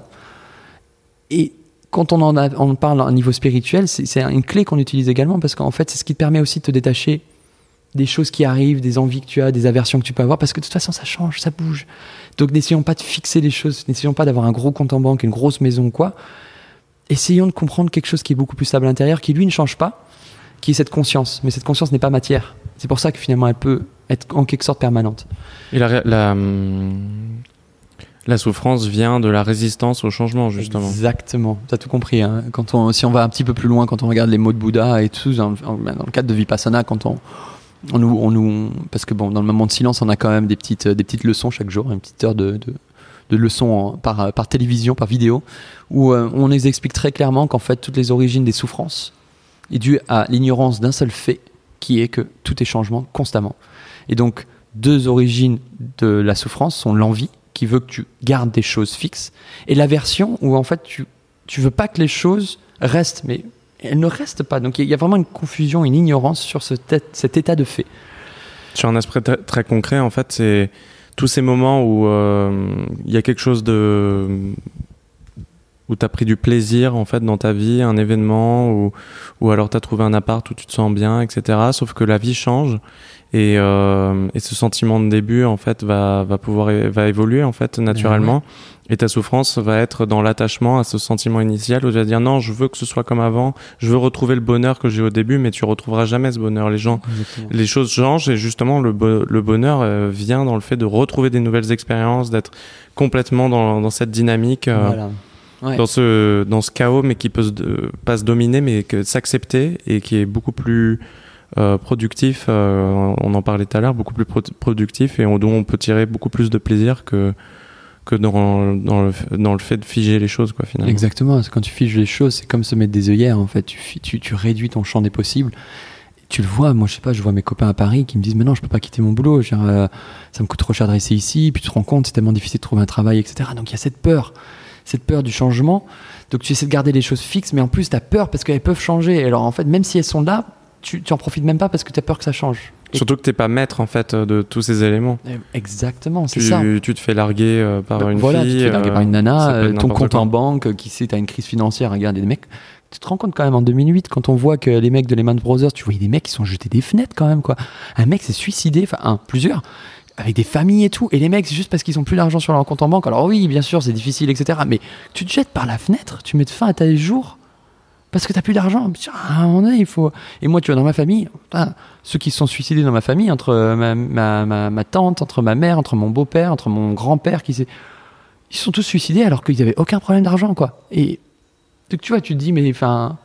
Et quand on en, a, on parle à un niveau spirituel, c'est, c'est une clé qu'on utilise également parce qu'en fait, c'est ce qui te permet aussi de te détacher des choses qui arrivent, des envies que tu as, des aversions que tu peux avoir, parce que de toute façon, ça change, ça bouge. Donc, n'essayons pas de fixer les choses, n'essayons pas d'avoir un gros compte en banque, une grosse maison ou quoi. Essayons de comprendre quelque chose qui est beaucoup plus stable à l'intérieur, qui lui ne change pas, qui est cette conscience. Mais cette conscience n'est pas matière. C'est pour ça que finalement, elle peut être en quelque sorte permanente. Et la, la, la souffrance vient de la résistance au changement, justement. Exactement, tu as tout compris. Hein. Quand on, si on va un petit peu plus loin, quand on regarde les mots de Bouddha et tout, dans, dans le cadre de Vipassana, quand on... On nous, on nous, parce que bon, dans le moment de silence, on a quand même des petites, des petites leçons chaque jour, une petite heure de, de, de leçons en, par, par télévision, par vidéo, où euh, on nous explique très clairement qu'en fait, toutes les origines des souffrances est due à l'ignorance d'un seul fait, qui est que tout est changement constamment. Et donc, deux origines de la souffrance sont l'envie, qui veut que tu gardes des choses fixes, et l'aversion, où en fait, tu, tu veux pas que les choses restent, mais elle ne reste pas. Donc il y a vraiment une confusion, une ignorance sur ce t- cet état de fait. Sur un aspect très, très concret, en fait, c'est tous ces moments où il euh, y a quelque chose de... où tu as pris du plaisir en fait, dans ta vie, un événement, ou, ou alors tu as trouvé un appart où tu te sens bien, et cetera. Sauf que la vie change et, euh, et ce sentiment de début en fait, va, va, pouvoir é- va évoluer en fait, naturellement. Ouais. Et ta souffrance va être dans l'attachement à ce sentiment initial où tu vas dire non, je veux que ce soit comme avant, je veux retrouver le bonheur que j'ai au début, mais tu retrouveras jamais ce bonheur. Les gens, Exactement. Les choses changent et justement le, bo- le bonheur euh, vient dans le fait de retrouver des nouvelles expériences, d'être complètement dans, dans cette dynamique, euh, voilà. ouais. dans, ce, dans ce chaos, mais qui peut se, euh, pas se dominer, mais que s'accepter et qui est beaucoup plus euh, productif. Euh, on en parlait tout à l'heure, beaucoup plus pro- productif et on, dont on peut tirer beaucoup plus de plaisir que que dans, dans, le, dans le fait de figer les choses, quoi, finalement. Exactement, quand tu figes les choses, c'est comme se mettre des œillères, en fait. Tu, tu, tu réduis ton champ des possibles. Tu le vois, moi, je sais pas, je vois mes copains à Paris qui me disent « Mais non, je peux pas quitter mon boulot, je veux dire, euh, ça me coûte trop cher de rester ici. » Puis tu te rends compte, c'est tellement difficile de trouver un travail, et cetera. Donc il y a cette peur, cette peur du changement. Donc tu essaies de garder les choses fixes, mais en plus, tu as peur parce qu'elles peuvent changer. Alors en fait, même si elles sont là, tu, tu en profites même pas parce que tu as peur que ça change. Et surtout que t'es pas maître en fait de tous ces éléments. Exactement, c'est tu, ça. Tu te fais larguer euh, par bah, une voilà, fille. Voilà, tu te fais larguer euh, par une nana, euh, ton compte quoi. en banque, qui sait, t'as une crise financière, regarde des mecs. Tu te rends compte quand même en deux mille huit, quand on voit que les mecs de Lehman Brothers, tu voyais des mecs qui sont jetés des fenêtres quand même, quoi. Un mec s'est suicidé, enfin un, plusieurs, avec des familles et tout. Et les mecs, c'est juste parce qu'ils ont plus d'argent sur leur compte en banque. Alors oui, bien sûr, c'est difficile, et cetera. Mais tu te jettes par la fenêtre, tu mets fin à ta jours parce que t'as plus d'argent. À un moment donné, il faut. Et moi, tu vois, dans ma famille, putain, ceux qui se sont suicidés dans ma famille, entre ma, ma, ma, ma tante, entre ma mère, entre mon beau-père, entre mon grand-père, qui s'est... ils se sont tous suicidés alors qu'ils n'avaient aucun problème d'argent, quoi. Et donc, tu vois, tu te dis, mais enfin.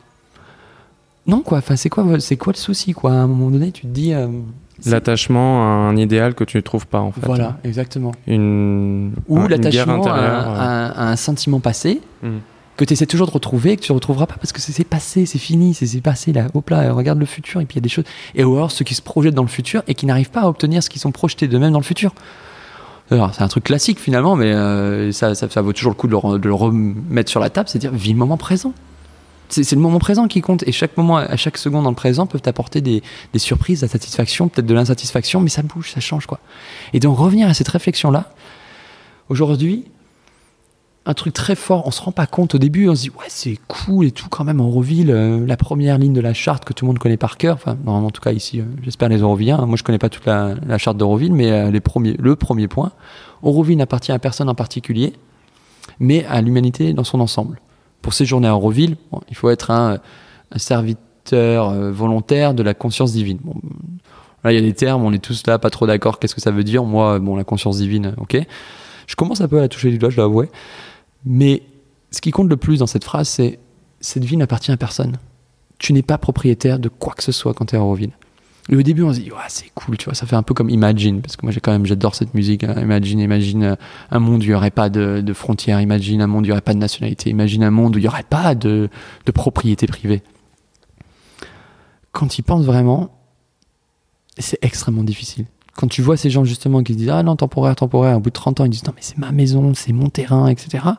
Non, quoi. Enfin, c'est quoi, c'est quoi le souci, quoi. À un moment donné, tu te dis. Euh, L'attachement à un idéal que tu ne trouves pas, en fait. Voilà, exactement. Une. Ou un, l'attachement une guerre intérieure, à, ouais. à, à un sentiment passé. Mm. Que tu essaies toujours de retrouver et que tu ne retrouveras pas parce que c'est, c'est passé, c'est fini, c'est, c'est passé là, hop là, regarde le futur et puis il y a des choses. Et alors ceux qui se projettent dans le futur et qui n'arrivent pas à obtenir ce qu'ils sont projetés d'eux-mêmes dans le futur. Alors c'est un truc classique finalement, mais euh, ça, ça, ça vaut toujours le coup de le, de le remettre sur la table, c'est-à-dire vis le moment présent. C'est, c'est le moment présent qui compte et chaque moment, à chaque seconde dans le présent peut t'apporter des, des surprises, la satisfaction, peut-être de l'insatisfaction, mais ça bouge, ça change quoi. Et donc revenir à cette réflexion-là, aujourd'hui, un truc très fort, on se rend pas compte au début, on se dit ouais c'est cool et tout quand même Auroville, euh, la première ligne de la charte que tout le monde connaît par cœur, enfin non, en tout cas ici euh, j'espère les Aurovilliens, moi je connais pas toute la, la charte d'Auroville, mais euh, les premiers, le premier point, Auroville n'appartient à personne en particulier, mais à l'humanité dans son ensemble. Pour séjourner à Auroville, bon, il faut être un, un serviteur euh, volontaire de la conscience divine. Bon, là il y a des termes, on est tous là pas trop d'accord, qu'est-ce que ça veut dire, moi bon la conscience divine, ok, je commence un peu à la toucher du doigt, je dois avouer. Mais ce qui compte le plus dans cette phrase, c'est cette vie n'appartient à personne. Tu n'es pas propriétaire de quoi que ce soit quand tu es à Auroville. Et au début, on se dit, ouais, c'est cool, tu vois, ça fait un peu comme Imagine, parce que moi, j'ai quand même, j'adore cette musique. Hein. Imagine, imagine un monde où il n'y aurait pas de, de frontières, imagine un monde où il n'y aurait pas de nationalité, imagine un monde où il n'y aurait pas de, de propriété privée. Quand tu y penses vraiment, c'est extrêmement difficile. Quand tu vois ces gens justement qui se disent ah non temporaire temporaire au bout de trente ans ils disent non mais c'est ma maison, c'est mon terrain, et cetera.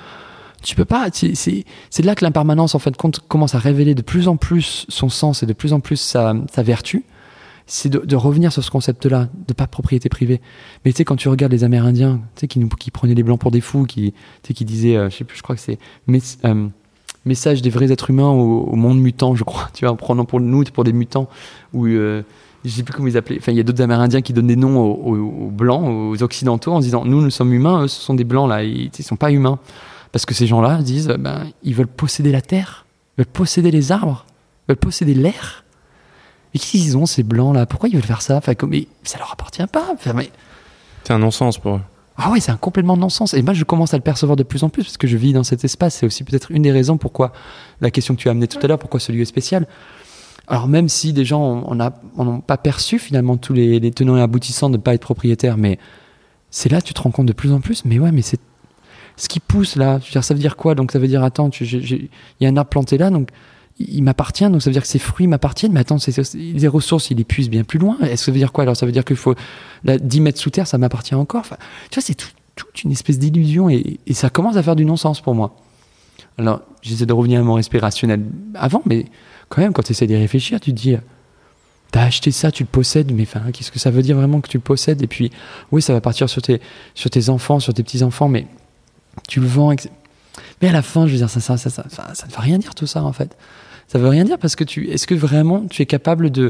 Tu peux pas, c'est, c'est, c'est là que l'impermanence en fait commence à révéler de plus en plus son sens et de plus en plus sa, sa vertu. C'est de, de revenir sur ce concept-là de pas propriété privée. Mais tu sais quand tu regardes les Amérindiens, tu sais qui nous qui prenaient les blancs pour des fous, qui tu sais qui disaient euh, je sais plus, je crois que c'est mais, euh, message des vrais êtres humains au, au monde mutant, je crois. Tu vois en prenant pour nous pour des mutants ou euh, je sais plus comment ils appelaient, enfin il y a d'autres Amérindiens qui donnent des noms aux, aux, aux blancs, aux occidentaux en se disant nous nous sommes humains, eux ce sont des blancs là, ils, ils sont pas humains parce que ces gens-là disent ben ils veulent posséder la terre, ils veulent posséder les arbres, ils veulent posséder l'air. Et qui ils ont ces blancs là, pourquoi ils veulent faire ça, enfin comme mais ça leur appartient pas, enfin, mais... c'est un non-sens pour eux. Ah ouais, c'est un complètement non-sens. Et moi, je commence à le percevoir de plus en plus parce que je vis dans cet espace. C'est aussi peut-être une des raisons pourquoi la question que tu as amenée tout à l'heure, pourquoi ce lieu est spécial. Alors même si des gens n'ont pas perçu finalement tous les, les tenants et aboutissants de ne pas être propriétaire, mais c'est là que tu te rends compte de plus en plus, mais ouais, mais c'est ce qui pousse là, je veux dire, ça veut dire quoi? Donc ça veut dire, attends, il y a un arbre planté là, donc il m'appartient, donc ça veut dire que ces fruits m'appartiennent, mais attends, c'est, c'est, les ressources, il les puise bien plus loin. Est-ce que ça veut dire quoi? Alors ça veut dire qu'il faut là, dix mètres sous terre, ça m'appartient encore. Enfin, tu vois, c'est tout, toute une espèce d'illusion et, et ça commence à faire du non-sens pour moi. Alors j'essaie de revenir à mon respect rationnel avant, mais quand même, quand tu essaies d'y réfléchir, tu te dis, t'as acheté ça, tu le possèdes, mais enfin, qu'est-ce que ça veut dire vraiment que tu le possèdes? Et puis, oui, ça va partir sur tes, sur tes enfants, sur tes petits-enfants, mais tu le vends. Et mais à la fin, je veux dire, ça, ça, ça, ça, ça, ça ne veut rien dire tout ça, en fait. Ça veut rien dire parce que tu, est-ce que vraiment tu es capable de,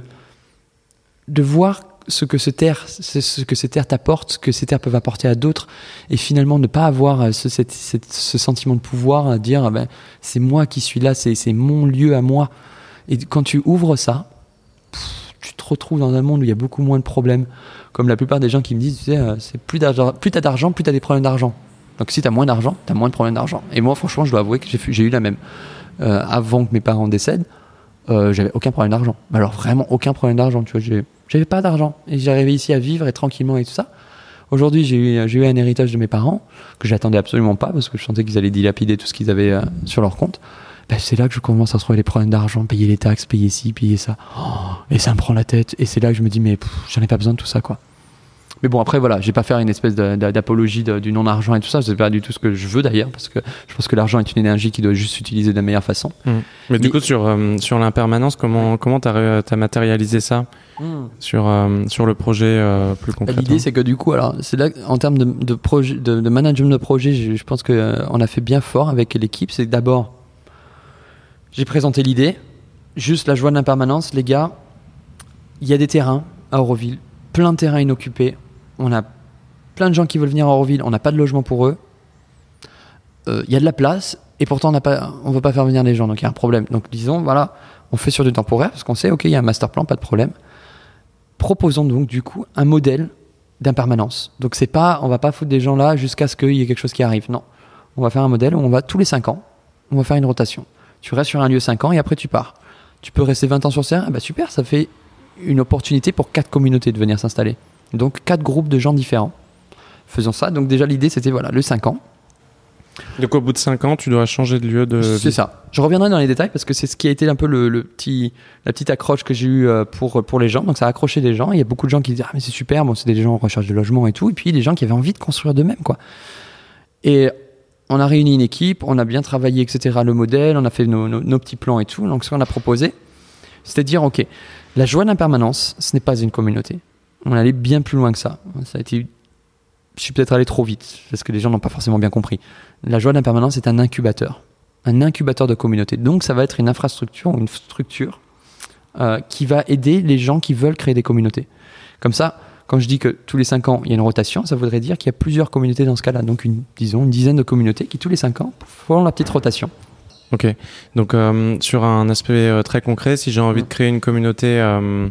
de voir ce que ce terre, ce que ces terres t'apportent, ce que ces terres peuvent apporter à d'autres, et finalement ne pas avoir ce, cette, cette, ce sentiment de pouvoir à dire, ben, c'est moi qui suis là, c'est, c'est mon lieu à moi. Et quand tu ouvres ça, pff, tu te retrouves dans un monde où il y a beaucoup moins de problèmes. Comme la plupart des gens qui me disent, tu sais, c'est plus d'argent, plus t'as d'argent, plus t'as des problèmes d'argent. Donc si t'as moins d'argent, t'as moins de problèmes d'argent. Et moi, franchement, je dois avouer que j'ai, j'ai eu la même. Euh, avant que mes parents décèdent, euh, j'avais aucun problème d'argent. Alors vraiment aucun problème d'argent. Tu vois, j'ai, j'avais pas d'argent et j'arrivais ici à vivre et tranquillement et tout ça. Aujourd'hui, j'ai eu, j'ai eu un héritage de mes parents que j'attendais absolument pas parce que je sentais qu'ils allaient dilapider tout ce qu'ils avaient euh, sur leur compte. Ben, c'est là que je commence à se trouver les problèmes d'argent, payer les taxes, payer ci, payer ça. Oh, et ça me prend la tête. Et c'est là que je me dis, mais pff, j'en ai pas besoin de tout ça, quoi. Mais bon, après, voilà, je vais pas faire une espèce de, de, d'apologie de, du non-argent et tout ça. C'est pas du tout ce que je veux d'ailleurs, parce que je pense que l'argent est une énergie qui doit juste s'utiliser de la meilleure façon. Mmh. Mais, Mais du coup, sur, euh, sur l'impermanence, comment comment t'as, t'as matérialisé ça mmh. sur, euh, sur le projet euh, plus concrètement? L'idée, c'est que du coup, alors, c'est là, en termes de, de, projet, de, de management de projet, je, je pense qu'on euh, a fait bien fort avec l'équipe. C'est que d'abord, j'ai présenté l'idée, juste la joie de l'impermanence. Les gars, il y a des terrains à Auroville, plein de terrains inoccupés. On a plein de gens qui veulent venir à Auroville, on n'a pas de logement pour eux. Il euh, y a de la place et pourtant on n'a pas, on veut pas faire venir les gens, donc il y a un problème. Donc disons, voilà, on fait sur du temporaire parce qu'on sait, ok, il y a un master plan, pas de problème. Proposons donc du coup un modèle d'impermanence. Donc c'est pas, on va pas foutre des gens là jusqu'à ce qu'il y ait quelque chose qui arrive. Non, on va faire un modèle où on va tous les cinq ans, on va faire une rotation. Tu restes sur un lieu cinq ans et après tu pars. Tu peux rester vingt ans sur terre, bah super, ça fait une opportunité pour quatre communautés de venir s'installer. Donc quatre groupes de gens différents. Faisons ça. Donc déjà l'idée c'était voilà le cinq ans. Donc au bout de cinq ans, tu dois changer de lieu de C'est vie. ça. Je reviendrai dans les détails parce que c'est ce qui a été un peu le, le petit, la petite accroche que j'ai eue pour, pour les gens. Donc ça a accroché des gens. Il y a beaucoup de gens qui disent ah mais c'est super, bon c'est des gens en recherche de logement et tout. Et puis des gens qui avaient envie de construire d'eux-mêmes quoi. Et on a réuni une équipe, on a bien travaillé et cetera. Le modèle, on a fait nos, nos, nos petits plans et tout. Donc ce qu'on a proposé, c'était de dire ok, la joie d'impermanence, ce n'est pas une communauté. On allait bien plus loin que ça. Ça a été, je suis peut-être allé trop vite parce que les gens n'ont pas forcément bien compris. La joie d'impermanence est un incubateur, un incubateur de communauté. Donc ça va être une infrastructure ou une structure euh, qui va aider les gens qui veulent créer des communautés. Comme ça, quand je dis que tous les cinq ans il y a une rotation, ça voudrait dire qu'il y a plusieurs communautés dans ce cas-là. Donc une, disons une dizaine de communautés qui tous les cinq ans font la petite rotation. Ok. Donc euh, sur un aspect euh, très concret, si j'ai envie mmh. de créer une communauté euh,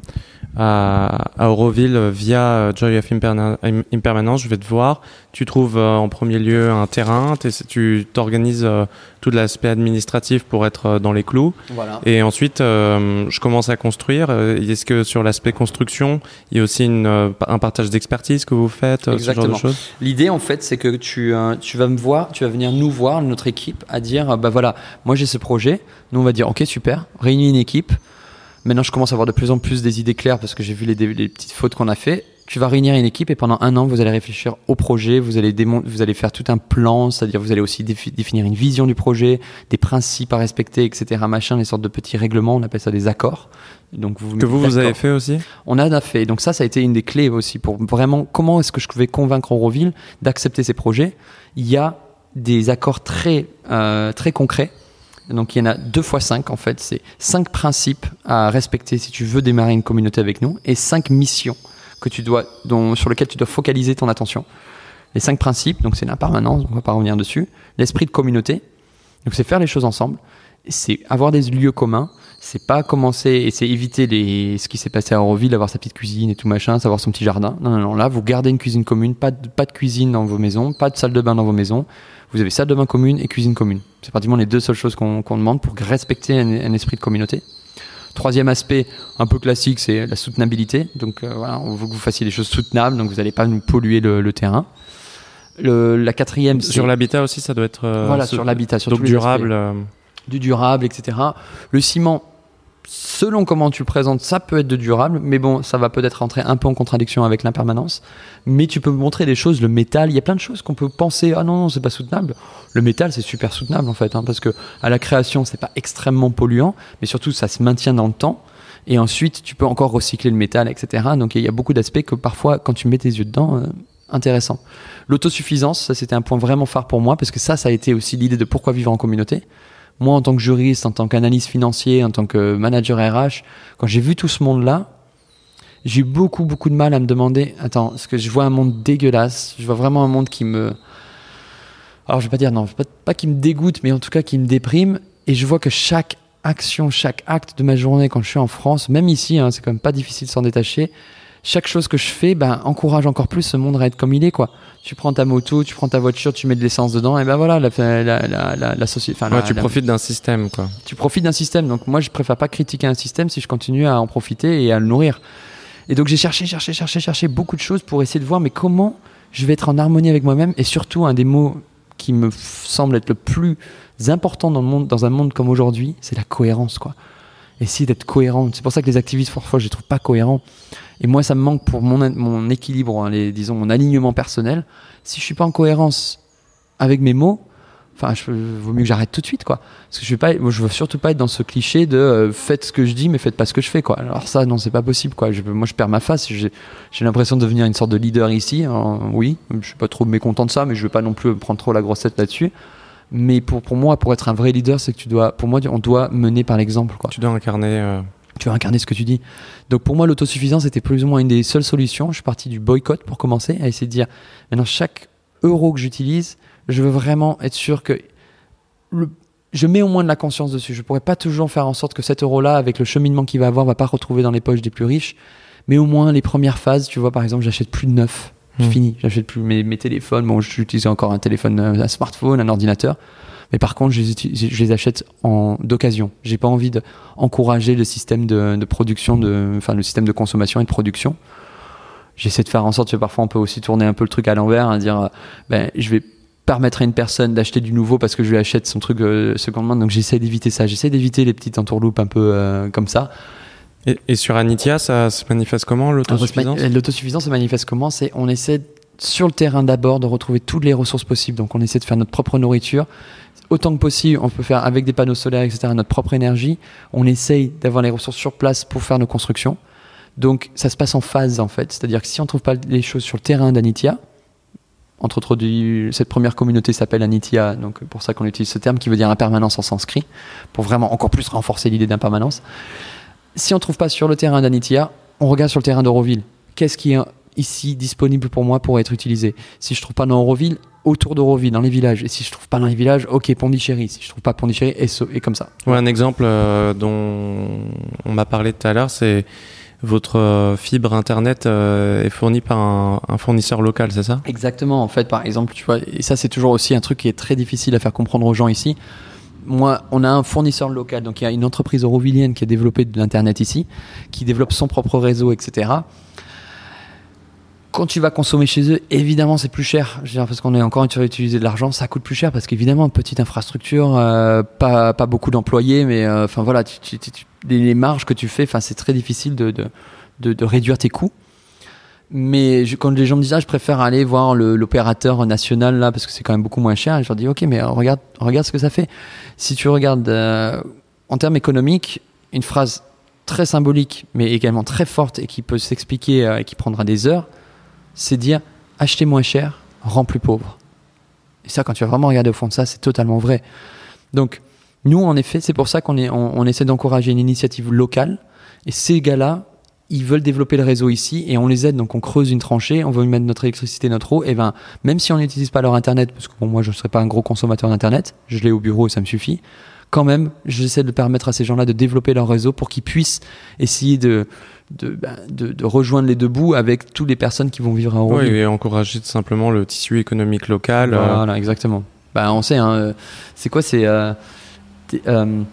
à, à Auroville via euh, Joy of Imperna- Impermanence, je vais te voir. Tu trouves euh, en premier lieu un terrain, tu t'organises euh, tout l'aspect administratif pour être euh, dans les clous. Voilà. Et ensuite, euh, je commence à construire. Euh, est-ce que sur l'aspect construction, il y a aussi une, euh, un partage d'expertise que vous faites, euh, ce genre de choses? L'idée, en fait, c'est que tu, euh, tu vas me voir, tu vas venir nous voir, notre équipe, à dire, euh, bah voilà, moi j'ai ce projet. Nous, on va dire, ok, super, réunis une équipe. Maintenant, je commence à avoir de plus en plus des idées claires parce que j'ai vu les, les petites fautes qu'on a fait. Tu vas réunir une équipe et pendant un an, vous allez réfléchir au projet, vous allez, démon- vous allez faire tout un plan, c'est-à-dire vous allez aussi défi- définir une vision du projet, des principes à respecter, et cetera. Machin, des sortes de petits règlements, on appelle ça des accords. Donc vous que vous, vous avez fait aussi? On a fait. Donc ça, ça a été une des clés aussi pour vraiment comment est-ce que je pouvais convaincre Auroville d'accepter ces projets. Il y a des accords très, euh, très concrets. Donc il y en a deux fois cinq en fait, c'est cinq principes à respecter si tu veux démarrer une communauté avec nous et cinq missions que tu dois, dont, sur lesquelles tu dois focaliser ton attention. Les cinq principes, donc c'est l'impermanence, on va pas revenir dessus, l'esprit de communauté, donc c'est faire les choses ensemble, c'est avoir des lieux communs, c'est pas commencer et c'est éviter les, ce qui s'est passé à Auroville, avoir sa petite cuisine et tout machin, savoir son petit jardin. Non, non, non, là vous gardez une cuisine commune, pas de, pas de cuisine dans vos maisons, pas de salle de bain dans vos maisons. Vous avez salle de bain commune et cuisine commune. C'est pratiquement les deux seules choses qu'on, qu'on demande pour respecter un, un esprit de communauté. Troisième aspect, un peu classique, c'est la soutenabilité. Donc euh, voilà, on veut que vous fassiez des choses soutenables, donc vous n'allez pas nous polluer le, le terrain. Le, la quatrième, c'est... Sur l'habitat aussi, ça doit être... Euh, voilà, ce... sur l'habitat. Sur donc tous les durable. Euh... Du durable, et cetera. Le ciment, selon comment tu le présentes, ça peut être de durable, mais bon, ça va peut-être rentrer un peu en contradiction avec l'impermanence. Mais tu peux montrer des choses, le métal, il y a plein de choses qu'on peut penser, ah non, non, c'est pas soutenable. Le métal, c'est super soutenable en fait, hein, parce que à la création, c'est pas extrêmement polluant, mais surtout, ça se maintient dans le temps. Et ensuite, tu peux encore recycler le métal, et cetera. Donc, il y a beaucoup d'aspects que parfois, quand tu mets tes yeux dedans, euh, intéressant. L'autosuffisance, ça, c'était un point vraiment phare pour moi, parce que ça, ça a été aussi l'idée de pourquoi vivre en communauté. Moi, en tant que juriste, en tant qu'analyste financier, en tant que manager R H, quand j'ai vu tout ce monde-là, j'ai eu beaucoup, beaucoup de mal à me demander, attends, parce que je vois un monde dégueulasse, je vois vraiment un monde qui me... Alors, je vais pas dire, non, pas, pas qui me dégoûte, mais en tout cas qui me déprime, et je vois que chaque action, chaque acte de ma journée quand je suis en France, même ici, hein, c'est quand même pas difficile de s'en détacher, chaque chose que je fais ben, encourage encore plus ce monde à être comme il est, quoi. Tu prends ta moto, tu prends ta voiture, tu mets de l'essence dedans, et ben voilà, la, la, la, la, la société. Ouais, tu la, profites d'un système, quoi. Tu profites d'un système. Donc moi, je préfère pas critiquer un système si je continue à en profiter et à le nourrir. Et donc j'ai cherché, cherché, cherché, cherché beaucoup de choses pour essayer de voir, mais comment je vais être en harmonie avec moi-même. Et surtout, un des mots qui me f- semble être le plus important dans le monde, dans un monde comme aujourd'hui, c'est la cohérence, quoi. Essayer d'être cohérent. C'est pour ça que les activistes, parfois, je les trouve pas cohérents. Et moi, ça me manque pour mon, mon équilibre, hein, les, disons mon alignement personnel. Si je suis pas en cohérence avec mes mots, enfin, je, vaut mieux que j'arrête tout de suite, quoi. Parce que je vais pas, moi, je veux surtout pas être dans ce cliché de euh, faites ce que je dis, mais faites pas ce que je fais, quoi. Alors ça, non, c'est pas possible, quoi. Je, moi, je perds ma face. J'ai, j'ai l'impression de devenir une sorte de leader ici. Alors, oui, je suis pas trop mécontent de ça, mais je veux pas non plus prendre trop la grossette là-dessus. Mais pour pour moi, pour être un vrai leader, c'est que tu dois, pour moi, on doit mener par l'exemple, quoi. Tu dois incarner. Euh... Tu dois incarner ce que tu dis. Donc pour moi, l'autosuffisance était plus ou moins une des seules solutions. Je suis parti du boycott pour commencer, à essayer de dire maintenant chaque euro que j'utilise, je veux vraiment être sûr que Le, je mets au moins de la conscience dessus. Je ne pourrais pas toujours faire en sorte que cet euro-là, avec le cheminement qu'il va avoir, ne va pas retrouver dans les poches des plus riches. Mais au moins, les premières phases, tu vois, par exemple, j'achète plus de neuf. Mmh. Fini. J'achète plus mes, mes téléphones. Bon, j'utilise encore un téléphone, un smartphone, un ordinateur. Mais par contre, je les, utilise, je les achète en, d'occasion. Je n'ai pas envie d'encourager le système de, de production, de, enfin, le système de consommation et de production. J'essaie de faire en sorte que parfois, on peut aussi tourner un peu le truc à l'envers, hein, dire, ben, je vais permettre à une personne d'acheter du nouveau parce que je lui achète son truc euh, seconde main, donc j'essaie d'éviter ça, j'essaie d'éviter les petites entourloupes un peu euh, comme ça. Et, et sur Anitia, ça se manifeste comment, l'autosuffisance ? Alors, l'autosuffisance se manifeste comment ? C'est on essaie sur le terrain d'abord de retrouver toutes les ressources possibles, donc on essaie de faire notre propre nourriture autant que possible. On peut faire avec des panneaux solaires, et cetera, notre propre énergie. On essaye d'avoir les ressources sur place pour faire nos constructions, donc ça se passe en phase en fait, c'est-à-dire que si on ne trouve pas les choses sur le terrain d'Anitia, entre autres, du, cette première communauté s'appelle Anitia, donc pour ça qu'on utilise ce terme qui veut dire impermanence en sanskrit, pour vraiment encore plus renforcer l'idée d'impermanence. Si on ne trouve pas sur le terrain d'Anitia, on regarde sur le terrain d'Auroville. Qu'est-ce qui est ici disponible pour moi pour être utilisé ? Si je ne trouve pas dans Auroville, autour d'Auroville, dans les villages. Et si je ne trouve pas dans les villages, ok, Pondichéry. Si je ne trouve pas Pondichéry, et, et comme ça. Ouais, un exemple euh, dont on m'a parlé tout à l'heure, c'est votre fibre internet euh, est fournie par un, un fournisseur local, c'est ça ? Exactement. En fait, par exemple, tu vois, et ça c'est toujours aussi un truc qui est très difficile à faire comprendre aux gens ici. Moi, on a un fournisseur local, donc il y a une entreprise aurovillienne qui a développé de l'internet ici, qui développe son propre réseau, et cetera. Quand tu vas consommer chez eux, évidemment, c'est plus cher. Je veux dire, parce qu'on est encore en train d'utiliser de l'argent, ça coûte plus cher parce qu'évidemment, petite infrastructure, euh, pas pas beaucoup d'employés, mais enfin euh, voilà, tu, tu, tu, les marges que tu fais, enfin, c'est très difficile de de, de de réduire tes coûts. Mais je, quand les gens me disent ah, je préfère aller voir le, l'opérateur national là parce que c'est quand même beaucoup moins cher, et je leur dis ok, mais regarde regarde ce que ça fait. Si tu regardes euh, en termes économiques, une phrase très symbolique, mais également très forte et qui peut s'expliquer euh, et qui prendra des heures, c'est dire acheter moins cher rend plus pauvre. Et ça, quand tu vas vraiment regarder au fond de ça, c'est totalement vrai. Donc, nous, en effet, c'est pour ça qu'on est, on, on essaie d'encourager une initiative locale. Et ces gars-là, ils veulent développer le réseau ici et on les aide. Donc, on creuse une tranchée, on veut mettre notre électricité, notre eau. Et ben, même si on n'utilise pas leur Internet, parce que bon, moi, je ne serais pas un gros consommateur d'Internet, je l'ai au bureau et ça me suffit. Quand même, j'essaie de permettre à ces gens-là de développer leur réseau pour qu'ils puissent essayer de De, ben, de, de rejoindre les deux bouts avec toutes les personnes qui vont vivre à Auroville. Oui, et encourager simplement le tissu économique local. Voilà, euh... exactement. Ben, on sait, hein, c'est quoi, c'est... Euh, euh,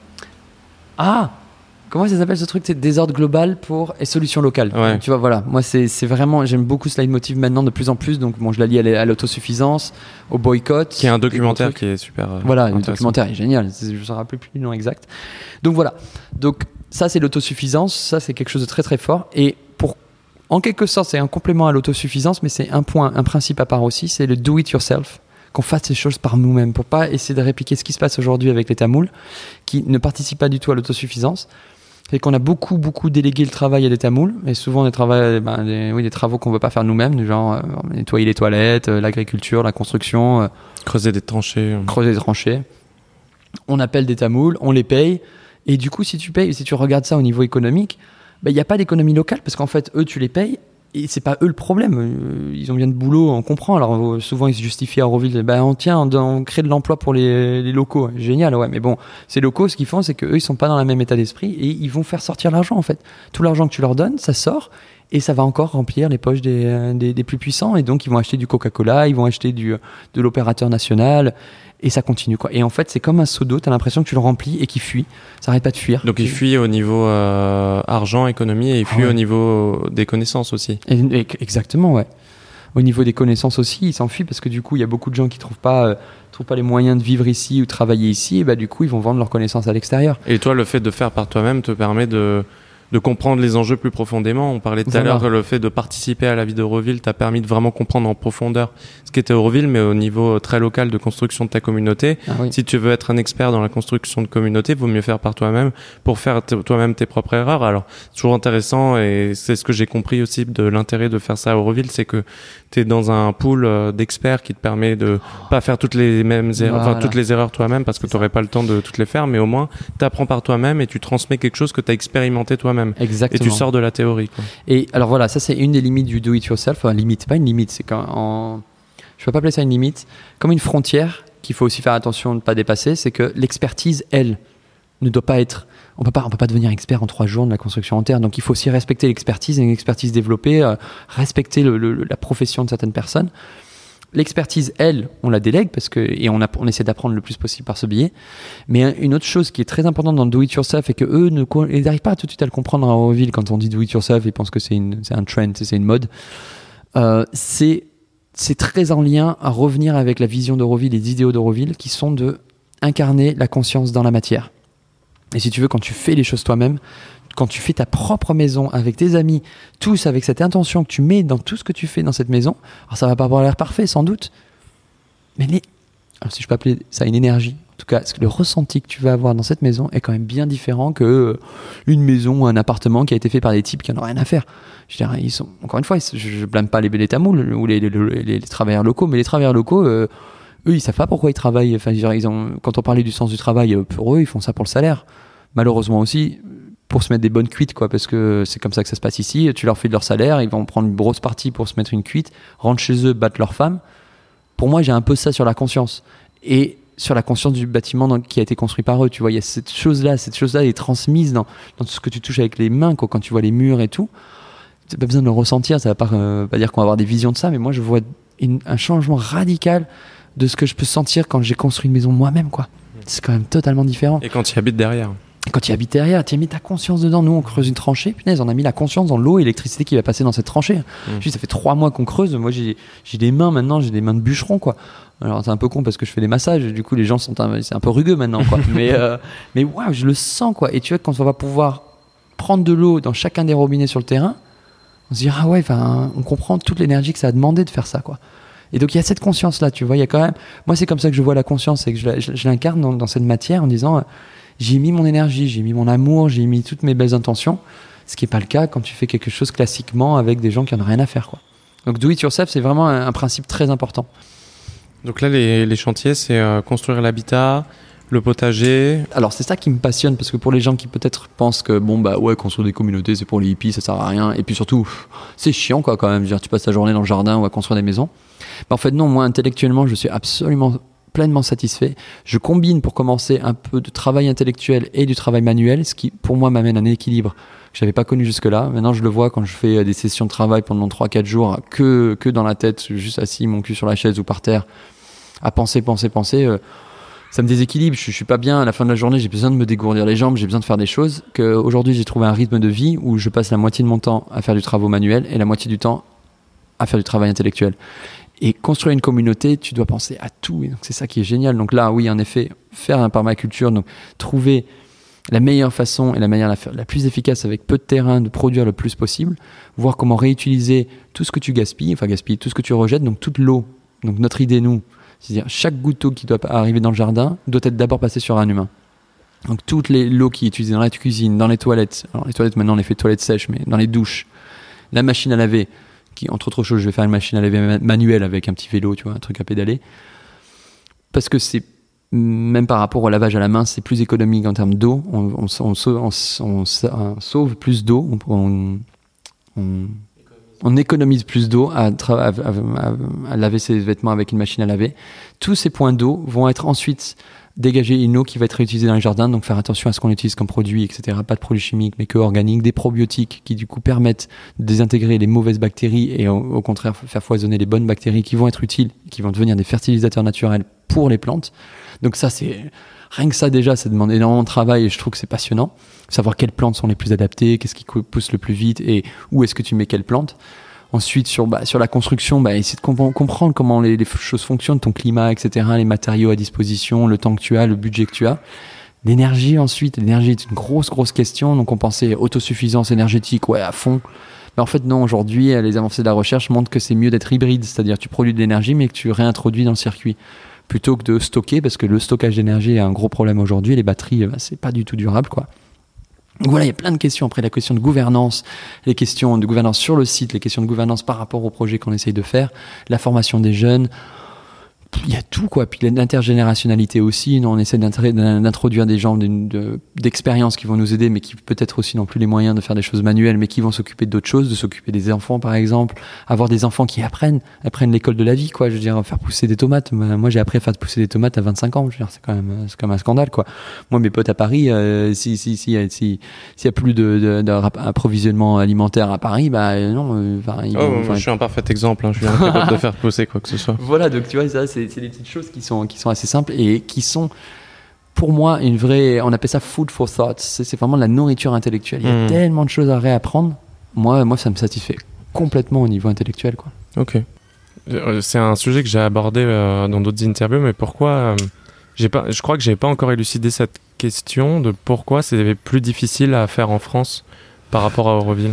ah Comment ça s'appelle ce truc ? C'est désordre global pour et solution locale. Ouais. Tu vois, voilà. Moi, c'est, c'est vraiment... J'aime beaucoup ce leitmotiv maintenant de plus en plus. Donc, bon, je la lie à l'autosuffisance, au boycott. Qui est un documentaire qui est super Voilà, le documentaire est génial. Je ne me rappelle plus le nom exact. Donc, voilà. Donc, ça, c'est l'autosuffisance. Ça, c'est quelque chose de très, très fort. Et pour, en quelque sorte, c'est un complément à l'autosuffisance, mais c'est un point, un principe à part aussi. C'est le do it yourself. Qu'on fasse ces choses par nous-mêmes. Pour pas essayer de répliquer ce qui se passe aujourd'hui avec les Tamouls, qui ne participent pas du tout à l'autosuffisance. C'est qu'on a beaucoup, beaucoup délégué le travail à des Tamouls. Et souvent, des, travaux, ben, des, oui, des travaux qu'on ne veut pas faire nous-mêmes. Du genre, euh, nettoyer les toilettes, euh, l'agriculture, la construction. Euh, creuser des tranchées. Creuser des tranchées. On appelle des Tamouls, on les paye. Et du coup, si tu payes, si tu regardes ça au niveau économique, il n'y a pas d'économie locale parce qu'en fait, eux, tu les payes et c'est pas eux le problème. Ils ont bien de boulot, on comprend. Alors souvent, ils se justifient à Auroville. Ben, on tient, on, on crée de l'emploi pour les, les locaux. Génial, ouais. Mais bon, ces locaux, ce qu'ils font, c'est qu'eux, ils sont pas dans le même état d'esprit et ils vont faire sortir l'argent, en fait. Tout l'argent que tu leur donnes, ça sort et ça va encore remplir les poches des, des, des plus puissants. Et donc, ils vont acheter du Coca-Cola, ils vont acheter du, de l'opérateur national. Et ça continue, quoi. Et en fait, c'est comme un seau d'eau, t'as l'impression que tu le remplis et qu'il fuit. Ça arrête pas de fuir. Donc il fuit au niveau euh, argent, économie, et il fuit ah ouais. au niveau des connaissances aussi. Et, et, exactement, ouais. Au niveau des connaissances aussi, il s'enfuit parce que du coup, il y a beaucoup de gens qui trouvent pas, euh, trouvent pas les moyens de vivre ici ou travailler ici. Et bah, du coup, ils vont vendre leurs connaissances à l'extérieur. Et toi, le fait de faire par toi-même te permet de de comprendre les enjeux plus profondément. On parlait tout voilà. à l'heure que le fait de participer à la vie d'Euroville t'a permis de vraiment comprendre en profondeur ce qu'était Euroville, mais au niveau très local de construction de ta communauté. Ah oui. Si tu veux être un expert dans la construction de communauté, vaut mieux faire par toi-même pour faire t- toi-même tes propres erreurs. Alors, c'est toujours intéressant et c'est ce que j'ai compris aussi de l'intérêt de faire ça à Euroville, c'est que t'es dans un pool euh, d'experts qui te permet de pas faire toutes les mêmes erreurs, voilà. enfin toutes les erreurs toi-même parce que t'aurais pas le temps de toutes les faire, mais au moins t'apprends par toi-même et tu transmets quelque chose que t'as expérimenté toi-même. Exactement. Et tu sors de la théorie, quoi. Et alors voilà, ça c'est une des limites du do it yourself. Enfin, limite, pas une limite, c'est quand en... je peux pas appeler ça une limite, comme une frontière qu'il faut aussi faire attention de ne pas dépasser, c'est que l'expertise, elle, ne doit pas être. On peut pas, on peut pas devenir expert en trois jours de la construction en terre. Donc il faut aussi respecter l'expertise et une expertise développée, euh, respecter le, le, la profession de certaines personnes. L'expertise, elle, on la délègue parce que, et on, a, on essaie d'apprendre le plus possible par ce biais. Mais une autre chose qui est très importante dans le do-it-yourself et que eux ne, ils n'arrivent pas tout de suite à le comprendre à Euroville quand on dit do-it-yourself, ils pensent que c'est, une, c'est un trend, c'est une mode. Euh, c'est, c'est très en lien à revenir avec la vision d'Euroville, les idéaux d'Euroville qui sont de incarner la conscience dans la matière. Et si tu veux, quand tu fais les choses toi-même, quand tu fais ta propre maison avec tes amis, tous avec cette intention que tu mets dans tout ce que tu fais dans cette maison, alors ça va pas avoir l'air parfait sans doute, mais les... alors si je peux appeler ça une énergie, en tout cas le ressenti que tu vas avoir dans cette maison est quand même bien différent que euh, une maison ou un appartement qui a été fait par des types qui n'en ont rien à faire. Je veux dire, ils sont, encore une fois, je, je blâme pas les, les tamouls ou les, les, les, les travailleurs locaux, mais les travailleurs locaux, euh, eux ils savent pas pourquoi ils travaillent. Enfin, je veux dire, ils ont, quand on parlait du sens du travail, pour eux ils font ça pour le salaire. Malheureusement aussi, pour se mettre des bonnes cuites, quoi, parce que c'est comme ça que ça se passe ici. Tu leur fais de leur salaire, ils vont prendre une grosse partie pour se mettre une cuite, rentrent chez eux, battent leur femme. Pour moi, j'ai un peu ça sur la conscience. Et sur la conscience du bâtiment dans, qui a été construit par eux. Tu vois, il y a cette chose-là, cette chose-là est transmise dans, dans tout ce que tu touches avec les mains, quoi, quand tu vois les murs et tout. Tu n'as pas besoin de le ressentir, ça ne va pas, euh, pas dire qu'on va avoir des visions de ça, mais moi, je vois une, un changement radical de ce que je peux sentir quand j'ai construit une maison moi-même, quoi. C'est quand même totalement différent. Et quand tu y habites derrière. Et quand tu y habites derrière, tu as mis ta conscience dedans. Nous, on creuse une tranchée. Punaise, on a mis la conscience dans l'eau et l'électricité qui va passer dans cette tranchée. Mmh. Je dis, ça fait trois mois qu'on creuse. Moi, j'ai, j'ai des mains maintenant, j'ai des mains de bûcheron, quoi. Alors, c'est un peu con parce que je fais des massages. Et du coup, les gens sont un, c'est un peu rugueux maintenant, quoi. mais, euh, mais waouh, je le sens, quoi. Et tu vois, quand on va pouvoir prendre de l'eau dans chacun des robinets sur le terrain, on se dit, ah ouais, on comprend toute l'énergie que ça a demandé de faire ça, quoi. Et donc, il y a cette conscience-là, tu vois. Il y a quand même, moi, c'est comme ça que je vois la conscience et que je, je, je l'incarne dans, dans cette matière en disant, j'ai mis mon énergie, j'ai mis mon amour, j'ai mis toutes mes belles intentions, ce qui n'est pas le cas quand tu fais quelque chose classiquement avec des gens qui n'en ont rien à faire, quoi. Donc do it yourself, c'est vraiment un, un principe très important. Donc là, les, les chantiers, c'est euh, construire l'habitat, le potager. Alors c'est ça qui me passionne, parce que pour les gens qui peut-être pensent que bon bah ouais, construire des communautés, c'est pour les hippies, ça sert à rien, et puis surtout c'est chiant, quoi, quand même. Je veux dire, tu passes ta journée dans le jardin ou à construire des maisons. Bah, en fait non, moi intellectuellement, je suis absolument pleinement satisfait. Je combine pour commencer un peu de travail intellectuel et du travail manuel, ce qui pour moi m'amène à un équilibre que je n'avais pas connu jusque-là. Maintenant je le vois quand je fais des sessions de travail pendant trois quatre jours que, que dans la tête, juste assis, mon cul sur la chaise ou par terre, à penser, penser, penser. Euh, ça me déséquilibre, je, je suis pas bien. À la fin de la journée, j'ai besoin de me dégourdir les jambes, j'ai besoin de faire des choses. Qu'aujourd'hui j'ai trouvé un rythme de vie où je passe la moitié de mon temps à faire du travail manuel et la moitié du temps à faire du travail intellectuel. Et construire une communauté, tu dois penser à tout. Et donc c'est ça qui est génial. Donc là, oui, en effet, faire un permaculture, donc trouver la meilleure façon et la manière la, la plus efficace avec peu de terrain de produire le plus possible, voir comment réutiliser tout ce que tu gaspilles, enfin gaspilles, tout ce que tu rejettes, donc toute l'eau. Donc notre idée, nous, c'est-à-dire chaque goutte d'eau qui doit arriver dans le jardin doit être d'abord passée sur un humain. Donc toutes les l'eau qui est utilisée dans la cuisine, dans les toilettes, alors les toilettes maintenant on les fait toilettes sèches, mais dans les douches, la machine à laver, qui, entre autres choses, je vais faire une machine à laver manuelle avec un petit vélo, tu vois, un truc à pédaler. Parce que c'est, même par rapport au lavage à la main, c'est plus économique en termes d'eau. On, on, on, sauve, on, on, on sauve plus d'eau. On, on, on, on économise plus d'eau à, tra- à, à, à laver ses vêtements avec une machine à laver. Tous ces points d'eau vont être ensuite dégager une eau qui va être réutilisée dans les jardins, donc faire attention à ce qu'on utilise comme produit, et cetera. Pas de produits chimiques, mais que organiques, des probiotiques qui du coup permettent de désintégrer les mauvaises bactéries et au, au contraire faire foisonner les bonnes bactéries qui vont être utiles, qui vont devenir des fertilisateurs naturels pour les plantes. Donc ça, c'est rien que ça déjà, ça demande énormément de travail et je trouve que c'est passionnant. Savoir quelles plantes sont les plus adaptées, qu'est-ce qui pousse le plus vite et où est-ce que tu mets quelles plantes. Ensuite, sur, bah, sur la construction, bah, essayer de comp- comprendre comment les, les choses fonctionnent, ton climat, et cetera, les matériaux à disposition, le temps que tu as, le budget que tu as. L'énergie ensuite, l'énergie est une grosse, grosse question. Donc on pensait autosuffisance énergétique, ouais, à fond. Mais en fait, non, aujourd'hui, les avancées de la recherche montrent que c'est mieux d'être hybride, c'est-à-dire tu produis de l'énergie, mais que tu réintroduis dans le circuit, plutôt que de stocker, parce que le stockage d'énergie est un gros problème aujourd'hui. Les batteries, bah, c'est pas du tout durable, quoi. Donc voilà, il y a plein de questions. Après, la question de gouvernance, les questions de gouvernance sur le site, les questions de gouvernance par rapport au projet qu'on essaye de faire, la formation des jeunes. Il y a tout, quoi. Puis l'intergénérationnalité aussi. On essaie d'introduire des gens d'expérience qui vont nous aider, mais qui peut-être aussi n'ont plus les moyens de faire des choses manuelles, mais qui vont s'occuper d'autres choses, de s'occuper des enfants, par exemple. Avoir des enfants qui apprennent, apprennent l'école de la vie, quoi. Je veux dire, faire pousser des tomates. Moi, j'ai appris à faire pousser des tomates à vingt-cinq ans. Je veux dire, c'est quand même, c'est quand même un scandale, quoi. Moi, mes potes à Paris, euh, si, si, si, si, s'il y a plus de, d'approvisionnement alimentaire à Paris, bah, non, enfin, euh, oh, moi, je suis un parfait exemple, hein. Je suis incapable de faire pousser quoi que ce soit. Voilà, donc tu vois, ça, c'est, c'est des petites choses qui sont, qui sont assez simples et qui sont, pour moi, une vraie, on appelle ça food for thought. C'est, c'est vraiment de la nourriture intellectuelle. Il y a mmh. tellement de choses à réapprendre. Moi, moi, ça me satisfait complètement au niveau intellectuel, quoi. Ok. C'est un sujet que j'ai abordé euh, dans d'autres interviews, mais pourquoi euh, j'ai pas, je crois que j'ai pas encore élucidé cette question de pourquoi c'est plus difficile à faire en France par rapport à Auroville.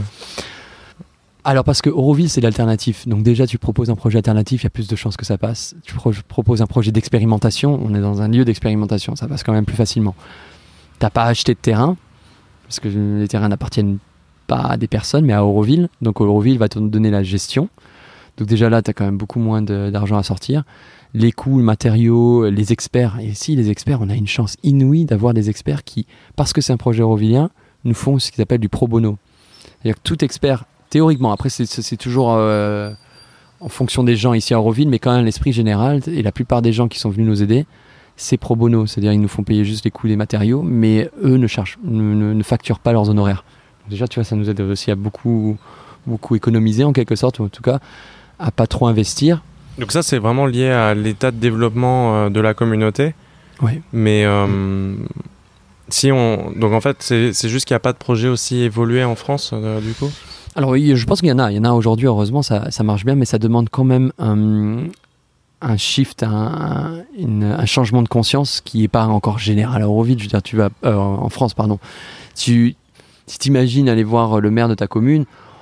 Alors parce que Auroville c'est l'alternative, donc déjà tu proposes un projet alternatif, il y a plus de chances que ça passe. Tu pro- proposes un projet d'expérimentation, on est dans un lieu d'expérimentation, ça passe quand même plus facilement. T'as pas acheté de terrain, parce que les terrains n'appartiennent pas à des personnes, mais à Auroville, donc Auroville va te donner la gestion. Donc déjà là, tu as quand même beaucoup moins de, d'argent à sortir. Les coûts, les matériaux, les experts. Et ici, les experts, on a une chance inouïe d'avoir des experts qui, parce que c'est un projet aurovillien, nous font ce qu'ils appellent du pro bono. C'est-à-dire que tout expert, théoriquement, après c'est, c'est toujours euh, en fonction des gens ici à Auroville, mais quand même l'esprit général, et la plupart des gens qui sont venus nous aider, c'est pro bono. C'est-à-dire qu'ils nous font payer juste les coûts des matériaux, mais eux ne, cherchent, ne, ne, ne facturent pas leurs honoraires. Donc déjà, tu vois, ça nous aide aussi à beaucoup, beaucoup économiser en quelque sorte, ou en tout cas à pas trop investir. Donc ça, c'est vraiment lié à l'état de développement euh, de la communauté. Oui. Mais euh, mmh. si on, donc en fait, c'est, c'est juste qu'il n'y a pas de projet aussi évolué en France, euh, du coup. Alors oui, je pense qu'il y en a. Il y en a aujourd'hui. Heureusement, ça, ça marche bien, mais ça demande quand même un, un shift, un, une, un changement de conscience qui n'est pas encore général à Auroville. Je veux dire, tu vas euh, en France, pardon. Tu, si t'imagines aller voir le maire de ta commune.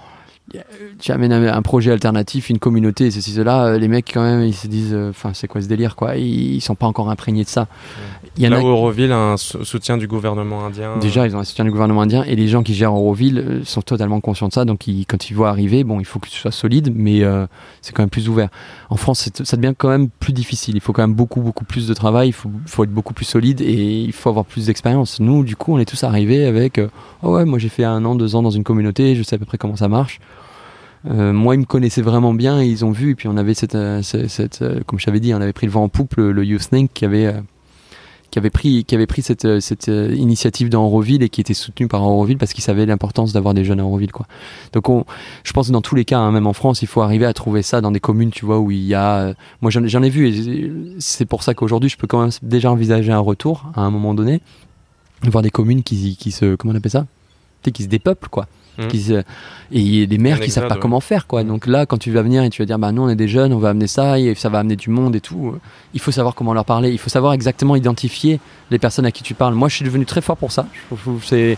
Tu amènes un projet alternatif, une communauté, ceci, cela, les mecs quand même ils se disent enfin euh, c'est quoi ce délire quoi, ils, ils sont pas encore imprégnés de ça. Il y en Là a où Auroville a un soutien du gouvernement indien. Déjà ils ont un soutien du gouvernement indien et les gens qui gèrent Auroville sont totalement conscients de ça, donc ils, quand ils voient arriver, bon il faut que tu sois solide, mais euh, c'est quand même plus ouvert. En France c'est, ça devient quand même plus difficile, il faut quand même beaucoup beaucoup plus de travail, il faut, faut être beaucoup plus solide et il faut avoir plus d'expérience. Nous du coup on est tous arrivés avec euh, oh ouais moi j'ai fait un an, deux ans dans une communauté, je sais à peu près comment ça marche. Euh, moi, ils me connaissaient vraiment bien et ils ont vu. Et puis, on avait cette, euh, cette, cette euh, comme je t'avais dit, on avait pris le vent en poupe, le, le YouthLink qui avait, euh, qui avait pris, qui avait pris cette, cette euh, initiative dans Auroville et qui était soutenue par Auroville parce qu'ils savaient l'importance d'avoir des jeunes à Auroville, quoi. Donc, on, je pense que dans tous les cas, hein, même en France, il faut arriver à trouver ça dans des communes, tu vois, où il y a. Euh, moi, j'en, j'en ai vu et c'est pour ça qu'aujourd'hui, je peux quand même déjà envisager un retour à un moment donné, voir des communes qui, qui se, comment on appelle ça, tu sais, qui se dépeuplent, quoi. Mmh. Qui, et il y a des maires qui savent pas ouais. comment faire quoi. Donc là quand tu vas venir et tu vas dire bah nous on est des jeunes, on va amener ça et ça va amener du monde et tout, il faut savoir comment leur parler, il faut savoir exactement identifier les personnes à qui tu parles. Moi je suis devenu très fort pour ça, je trouve que c'est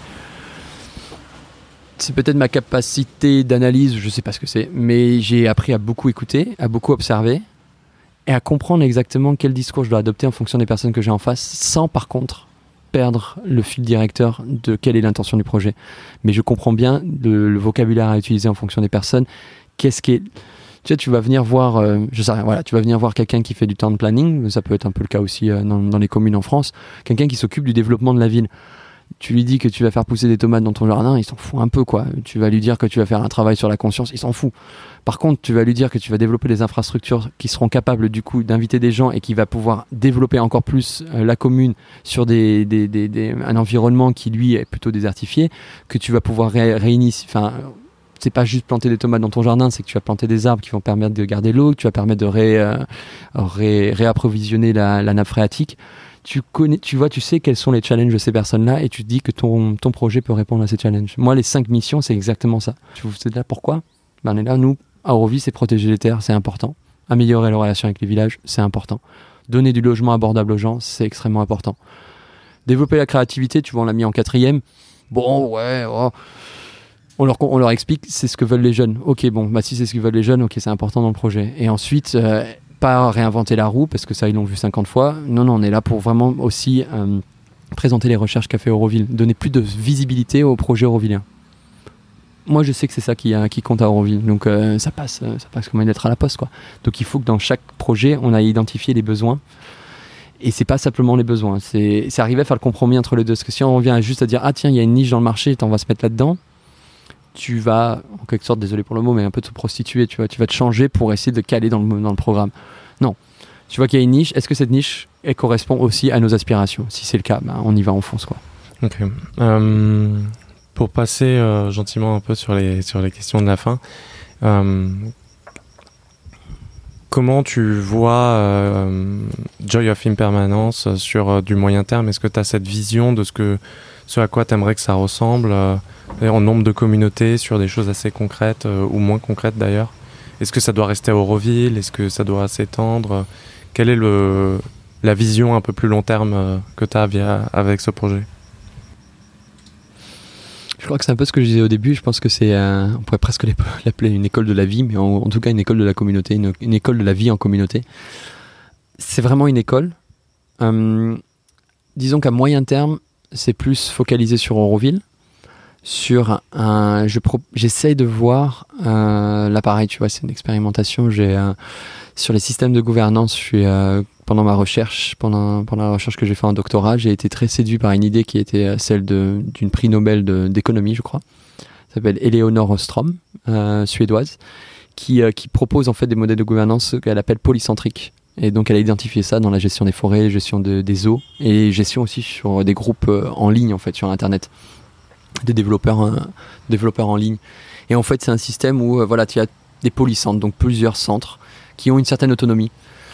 c'est peut-être ma capacité d'analyse, je sais pas ce que c'est, mais j'ai appris à beaucoup écouter, à beaucoup observer et à comprendre exactement quel discours je dois adopter en fonction des personnes que j'ai en face, sans par contre perdre le fil directeur de quelle est l'intention du projet. Mais je comprends bien le, le vocabulaire à utiliser en fonction des personnes. Qu'est-ce qui est... Tu sais, tu vas venir voir, euh, je sais rien, voilà, tu vas venir voir quelqu'un qui fait du town planning, ça peut être un peu le cas aussi euh, dans, dans les communes en France, quelqu'un qui s'occupe du développement de la ville. Tu lui dis que tu vas faire pousser des tomates dans ton jardin, il s'en fout un peu, quoi. Tu vas lui dire que tu vas faire un travail sur la conscience, il s'en fout. Par contre, tu vas lui dire que tu vas développer des infrastructures qui seront capables, du coup, d'inviter des gens et qui va pouvoir développer encore plus euh, la commune sur des, des, des, des, un environnement qui, lui, est plutôt désertifié, que tu vas pouvoir ré- réinitier... Enfin, c'est pas juste planter des tomates dans ton jardin, c'est que tu vas planter des arbres qui vont permettre de garder l'eau, que tu vas permettre de ré, euh, ré, réapprovisionner la, la nappe phréatique. Tu connais, tu vois, tu sais quels sont les challenges de ces personnes-là et tu te dis que ton, ton projet peut répondre à ces challenges. Moi, les cinq missions, c'est exactement ça. Tu sais là pourquoi ? Ben, on est là, nous, à Auroville, c'est protéger les terres, c'est important. Améliorer les relations avec les villages, c'est important. Donner du logement abordable aux gens, c'est extrêmement important. Développer la créativité, tu vois, on l'a mis en quatrième. Bon, ouais, oh. on, leur, on leur explique, c'est ce que veulent les jeunes. Ok, bon, bah si c'est ce que veulent les jeunes, ok, c'est important dans le projet. Et ensuite, euh, pas réinventer la roue, parce que ça, ils l'ont vu cinquante fois. Non, non, on est là pour vraiment aussi euh, présenter les recherches qu'a fait Euroville, donner plus de visibilité au projet eurovillien. Moi, je sais que c'est ça qui, euh, qui compte à Euroville, donc euh, ça passe, euh, ça passe comme une lettre à la poste, quoi. Donc il faut que dans chaque projet, on a identifié les besoins. Et c'est pas simplement les besoins, c'est, c'est arriver à faire le compromis entre les deux. Parce que si on revient juste à dire ah tiens, il y a une niche dans le marché, on va se mettre là-dedans, tu vas, en quelque sorte, désolé pour le mot, mais un peu te prostituer, tu vois, tu vas te changer pour essayer de caler dans le, dans le programme. Non, tu vois qu'il y a une niche, est-ce que cette niche, elle correspond aussi à nos aspirations? Si c'est le cas, ben, on y va, on fonce, quoi. Ok. Euh, pour passer euh, gentiment un peu sur les, sur les questions de la fin, euh, comment tu vois euh, Joy of Impermanence sur euh, du moyen terme? Est-ce que tu as cette vision de ce, que, ce à quoi tu aimerais que ça ressemble euh, en nombre de communautés, sur des choses assez concrètes euh, ou moins concrètes d'ailleurs? Est-ce que ça doit rester à Euroville? Est-ce que ça doit s'étendre? Quelle est le, la vision un peu plus long terme euh, que tu as via, avec ce projet? Je crois que c'est un peu ce que je disais au début. Je pense que c'est, euh, on pourrait presque l'appeler une école de la vie, mais en, en tout cas une école de la communauté, une, une école de la vie en communauté. C'est vraiment une école. Euh, disons qu'à moyen terme, c'est plus focalisé sur Euroville. Sur un, je pro, j'essaye de voir, euh, là pareil, tu vois, c'est une expérimentation. J'ai euh, sur les systèmes de gouvernance, je suis euh, pendant ma recherche, pendant, pendant la recherche que j'ai fait en doctorat, j'ai été très séduit par une idée qui était celle de, d'une prix Nobel de, d'économie, je crois. Ça s'appelle Eleonore Ostrom, euh, suédoise, qui, euh, qui propose en fait des modèles de gouvernance qu'elle appelle polycentriques. Et donc elle a identifié ça dans la gestion des forêts, gestion de, des eaux et gestion aussi sur des groupes euh, en ligne en fait sur Internet, des développeurs, euh, développeurs en ligne. Et en fait c'est un système où euh, voilà, tu as des polycentres, donc plusieurs centres qui ont une certaine autonomie.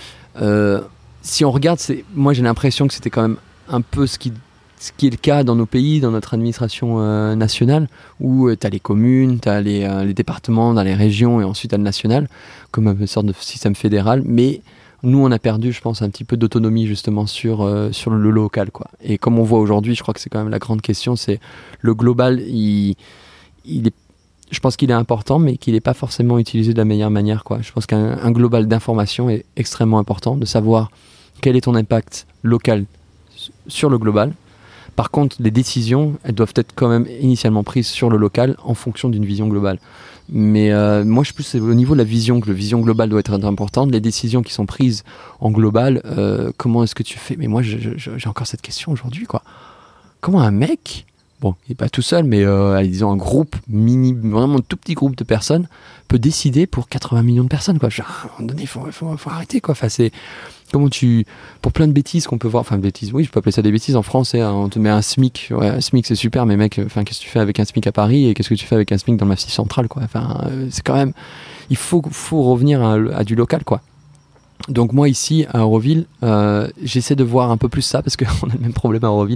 Euh, si on regarde, c'est, moi j'ai l'impression que c'était quand même un peu ce qui, ce qui est le cas dans nos pays, dans notre administration euh, nationale, où euh, tu as les communes, tu as les, euh, les départements, dans les régions et ensuite tu as le national, comme une sorte de système fédéral. Mais nous on a perdu, je pense, un petit peu d'autonomie justement sur, euh, sur le local, quoi. Et comme on voit aujourd'hui, je crois que c'est quand même la grande question, c'est le global, il, il est, je pense qu'il est important, mais qu'il n'est pas forcément utilisé de la meilleure manière, quoi. Je pense qu'un un global d'information est extrêmement important, de savoir quel est ton impact local sur le global. Par contre, les décisions, elles doivent être quand même initialement prises sur le local en fonction d'une vision globale. Mais euh, moi, je pense que c'est au niveau de la vision que la vision globale doit être importante. Les décisions qui sont prises en global, euh, comment est-ce que tu fais? Mais moi, je, je, j'ai encore cette question aujourd'hui, quoi. Comment un mec, bon, il n'est pas tout seul, mais euh, disons un groupe mini, vraiment un tout petit groupe de personnes, peut décider pour quatre-vingts millions de personnes, quoi. Genre, à un moment donné, il faut, faut, faut arrêter, quoi. Enfin, c'est comment tu, pour plein de bêtises qu'on peut voir, enfin bêtises, oui, je peux appeler ça des bêtises en France, hein, on te met un SMIC, ouais, un SMIC c'est super, mais mec, enfin qu'est-ce que tu fais avec un SMIC à Paris et qu'est-ce que tu fais avec un SMIC dans le Massif central, quoi. Enfin, euh, c'est quand même, il faut, faut revenir à, à du local, quoi. Donc moi ici à Euroville, euh, j'essaie de voir un peu plus ça parce qu'on a le même problème à Euroville.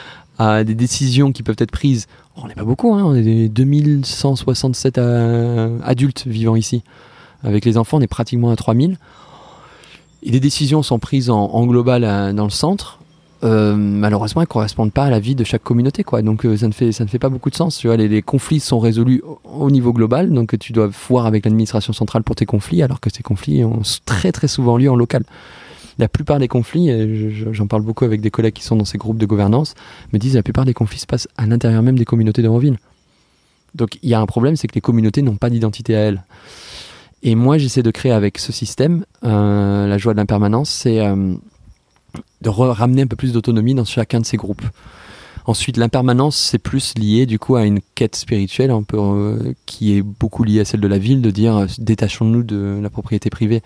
À des décisions qui peuvent être prises. Oh, on n'est pas beaucoup, hein, on est deux mille cent soixante-sept euh, adultes vivant ici. Avec les enfants, on est pratiquement à trois mille. Et des décisions sont prises en, en global à, dans le centre. Euh, malheureusement, elles ne correspondent pas à la vie de chaque communauté, quoi. Donc euh, ça, ne fait, ça ne fait pas beaucoup de sens. Tu vois, les, les conflits sont résolus au, au niveau global, donc tu dois voir avec l'administration centrale pour tes conflits, alors que ces conflits ont très très souvent lieu en local. La plupart des conflits, je, j'en parle beaucoup avec des collègues qui sont dans ces groupes de gouvernance, me disent que la plupart des conflits se passent à l'intérieur même des communautés d'Euroville. Donc il y a un problème, c'est que les communautés n'ont pas d'identité à elles. Et moi, j'essaie de créer avec ce système, euh, la joie de l'impermanence, c'est euh, de re- ramener un peu plus d'autonomie dans chacun de ces groupes. Ensuite, l'impermanence, c'est plus lié du coup à une quête spirituelle un peu, euh, qui est beaucoup liée à celle de la ville, de dire euh, détachons-nous de la propriété privée.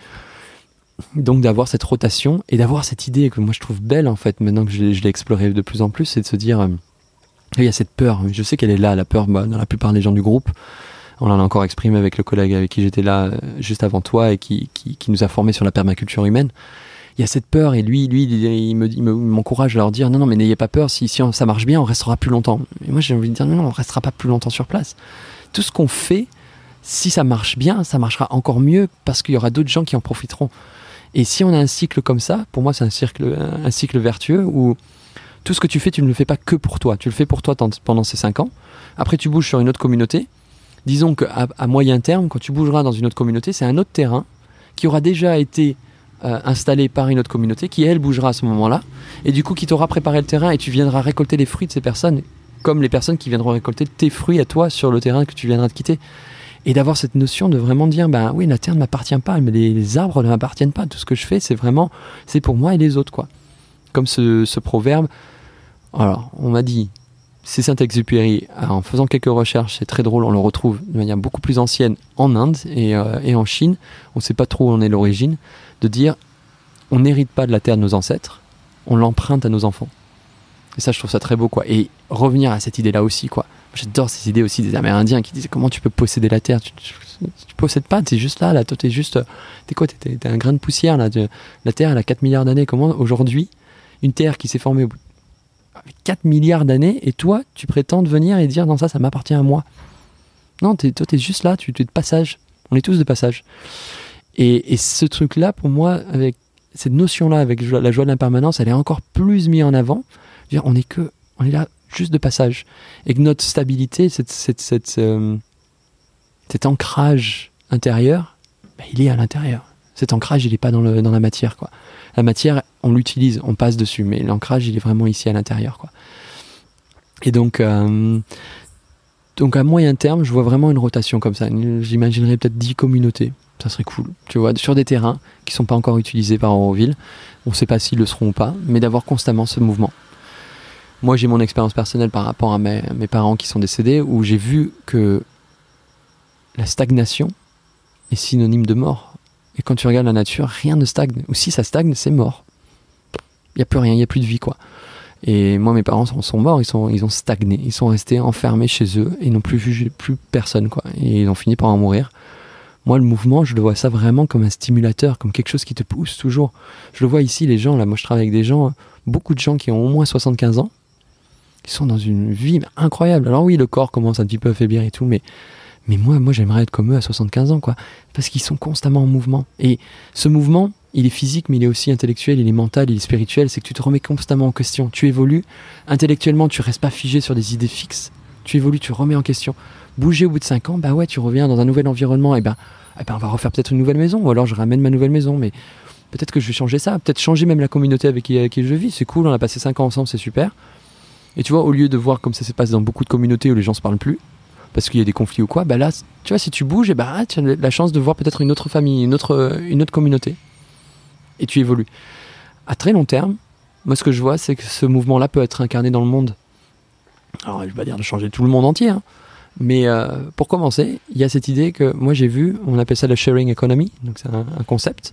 Donc d'avoir cette rotation et d'avoir cette idée que moi je trouve belle en fait, maintenant que je, je l'ai explorée de plus en plus, c'est de se dire, euh, il y a cette peur, je sais qu'elle est là, la peur, bah, dans la plupart des gens du groupe. On en a encore exprimé avec le collègue avec qui j'étais là euh, juste avant toi et qui, qui, qui nous a formés sur la permaculture humaine. Il y a cette peur et lui, lui il, il, me, il, me, il m'encourage à leur dire non, non, mais n'ayez pas peur, si, si on, ça marche bien, on restera plus longtemps. Et moi j'ai envie de dire non, non, on restera pas plus longtemps sur place. Tout ce qu'on fait, si ça marche bien, ça marchera encore mieux parce qu'il y aura d'autres gens qui en profiteront. Et si on a un cycle comme ça, pour moi c'est un cycle, un cycle vertueux où tout ce que tu fais, tu ne le fais pas que pour toi. Tu le fais pour toi pendant ces cinq ans. Après, tu bouges sur une autre communauté. Disons qu'à à moyen terme, quand tu bougeras dans une autre communauté, c'est un autre terrain qui aura déjà été euh, installé par une autre communauté, qui elle bougera à ce moment-là, et du coup qui t'aura préparé le terrain, et tu viendras récolter les fruits de ces personnes, comme les personnes qui viendront récolter tes fruits à toi sur le terrain que tu viendras de quitter. Et d'avoir cette notion de vraiment dire, ben oui, la terre ne m'appartient pas, mais les, les arbres ne m'appartiennent pas. Tout ce que je fais, c'est vraiment, c'est pour moi et les autres, quoi. Comme ce, ce proverbe. Alors, on m'a dit, c'est Saint-Exupéry. Alors, en faisant quelques recherches, c'est très drôle, on le retrouve de manière beaucoup plus ancienne en Inde et, euh, et en Chine. On ne sait pas trop où en est l'origine. De dire, on n'hérite pas de la terre de nos ancêtres, on l'emprunte à nos enfants. Et ça, je trouve ça très beau, quoi. Et revenir à cette idée-là aussi, quoi. J'adore ces idées aussi des Amérindiens qui disaient comment tu peux posséder la terre. Tu, tu, tu possèdes pas, t'es juste là, là. Toi, t'es juste, t'es quoi, t'es, t'es un grain de poussière là. De, la terre, elle a quatre milliards d'années. Comment aujourd'hui, une terre qui s'est formée au bout de quatre milliards d'années, et toi, tu prétends venir et dire non, ça, ça m'appartient à moi. Non, t'es, toi, t'es juste là. Tu, tu es de passage. On est tous de passage. Et, et ce truc-là, pour moi, avec cette notion-là, avec la joie de l'impermanence, elle est encore plus mise en avant. Dire, on est que, on est là. Juste de passage, et que notre stabilité, cette, cette, cette, euh, cet ancrage intérieur, bah, il est à l'intérieur. Cet ancrage, il n'est pas dans, le, dans la matière, quoi. La matière, on l'utilise, on passe dessus, mais l'ancrage, il est vraiment ici à l'intérieur, quoi. Et donc, euh, donc à moyen terme, je vois vraiment une rotation comme ça. J'imaginerais peut-être dix communautés. Ça serait cool, tu vois, sur des terrains qui ne sont pas encore utilisés par Auroville. On ne sait pas s'ils le seront ou pas, mais d'avoir constamment ce mouvement. Moi, j'ai mon expérience personnelle par rapport à mes, mes parents qui sont décédés, où j'ai vu que la stagnation est synonyme de mort. Et quand tu regardes la nature, rien ne stagne. Ou si ça stagne, c'est mort. Il n'y a plus rien, il n'y a plus de vie, quoi. Et moi, mes parents sont, sont morts, ils, sont, ils ont stagné. Ils sont restés enfermés chez eux et n'ont plus vu plus personne, quoi. Et ils ont fini par en mourir. Moi, le mouvement, je le vois ça vraiment comme un stimulateur, comme quelque chose qui te pousse toujours. Je le vois ici, les gens, là, moi je travaille avec des gens, beaucoup de gens qui ont au moins soixante-quinze ans, qui sont dans une vie incroyable. Alors oui, le corps commence un petit peu à faiblir et tout, mais, mais moi, moi j'aimerais être comme eux à soixante-quinze ans, quoi. Parce qu'ils sont constamment en mouvement. Et ce mouvement, il est physique, mais il est aussi intellectuel, il est mental, il est spirituel. C'est que tu te remets constamment en question. Tu évolues. Intellectuellement, tu restes pas figé sur des idées fixes. Tu évolues, tu remets en question. Bouger au bout de cinq ans, bah ouais, tu reviens dans un nouvel environnement, et ben, eh ben on va refaire peut-être une nouvelle maison, ou alors je ramène ma nouvelle maison, mais peut-être que je vais changer ça, peut-être changer même la communauté avec qui, avec qui je vis. C'est cool, on a passé cinq ans ensemble, c'est super. Et tu vois, au lieu de voir comme ça se passe dans beaucoup de communautés où les gens se parlent plus, parce qu'il y a des conflits ou quoi, bah là, tu vois, si tu bouges, et bah, tu as la chance de voir peut-être une autre famille, une autre, une autre communauté. Et tu évolues. À très long terme, moi, ce que je vois, c'est que ce mouvement-là peut être incarné dans le monde. Alors, je vais pas dire de changer tout le monde entier, hein, mais euh, pour commencer, il y a cette idée que moi j'ai vu, on appelle ça la sharing economy, donc c'est un, un concept,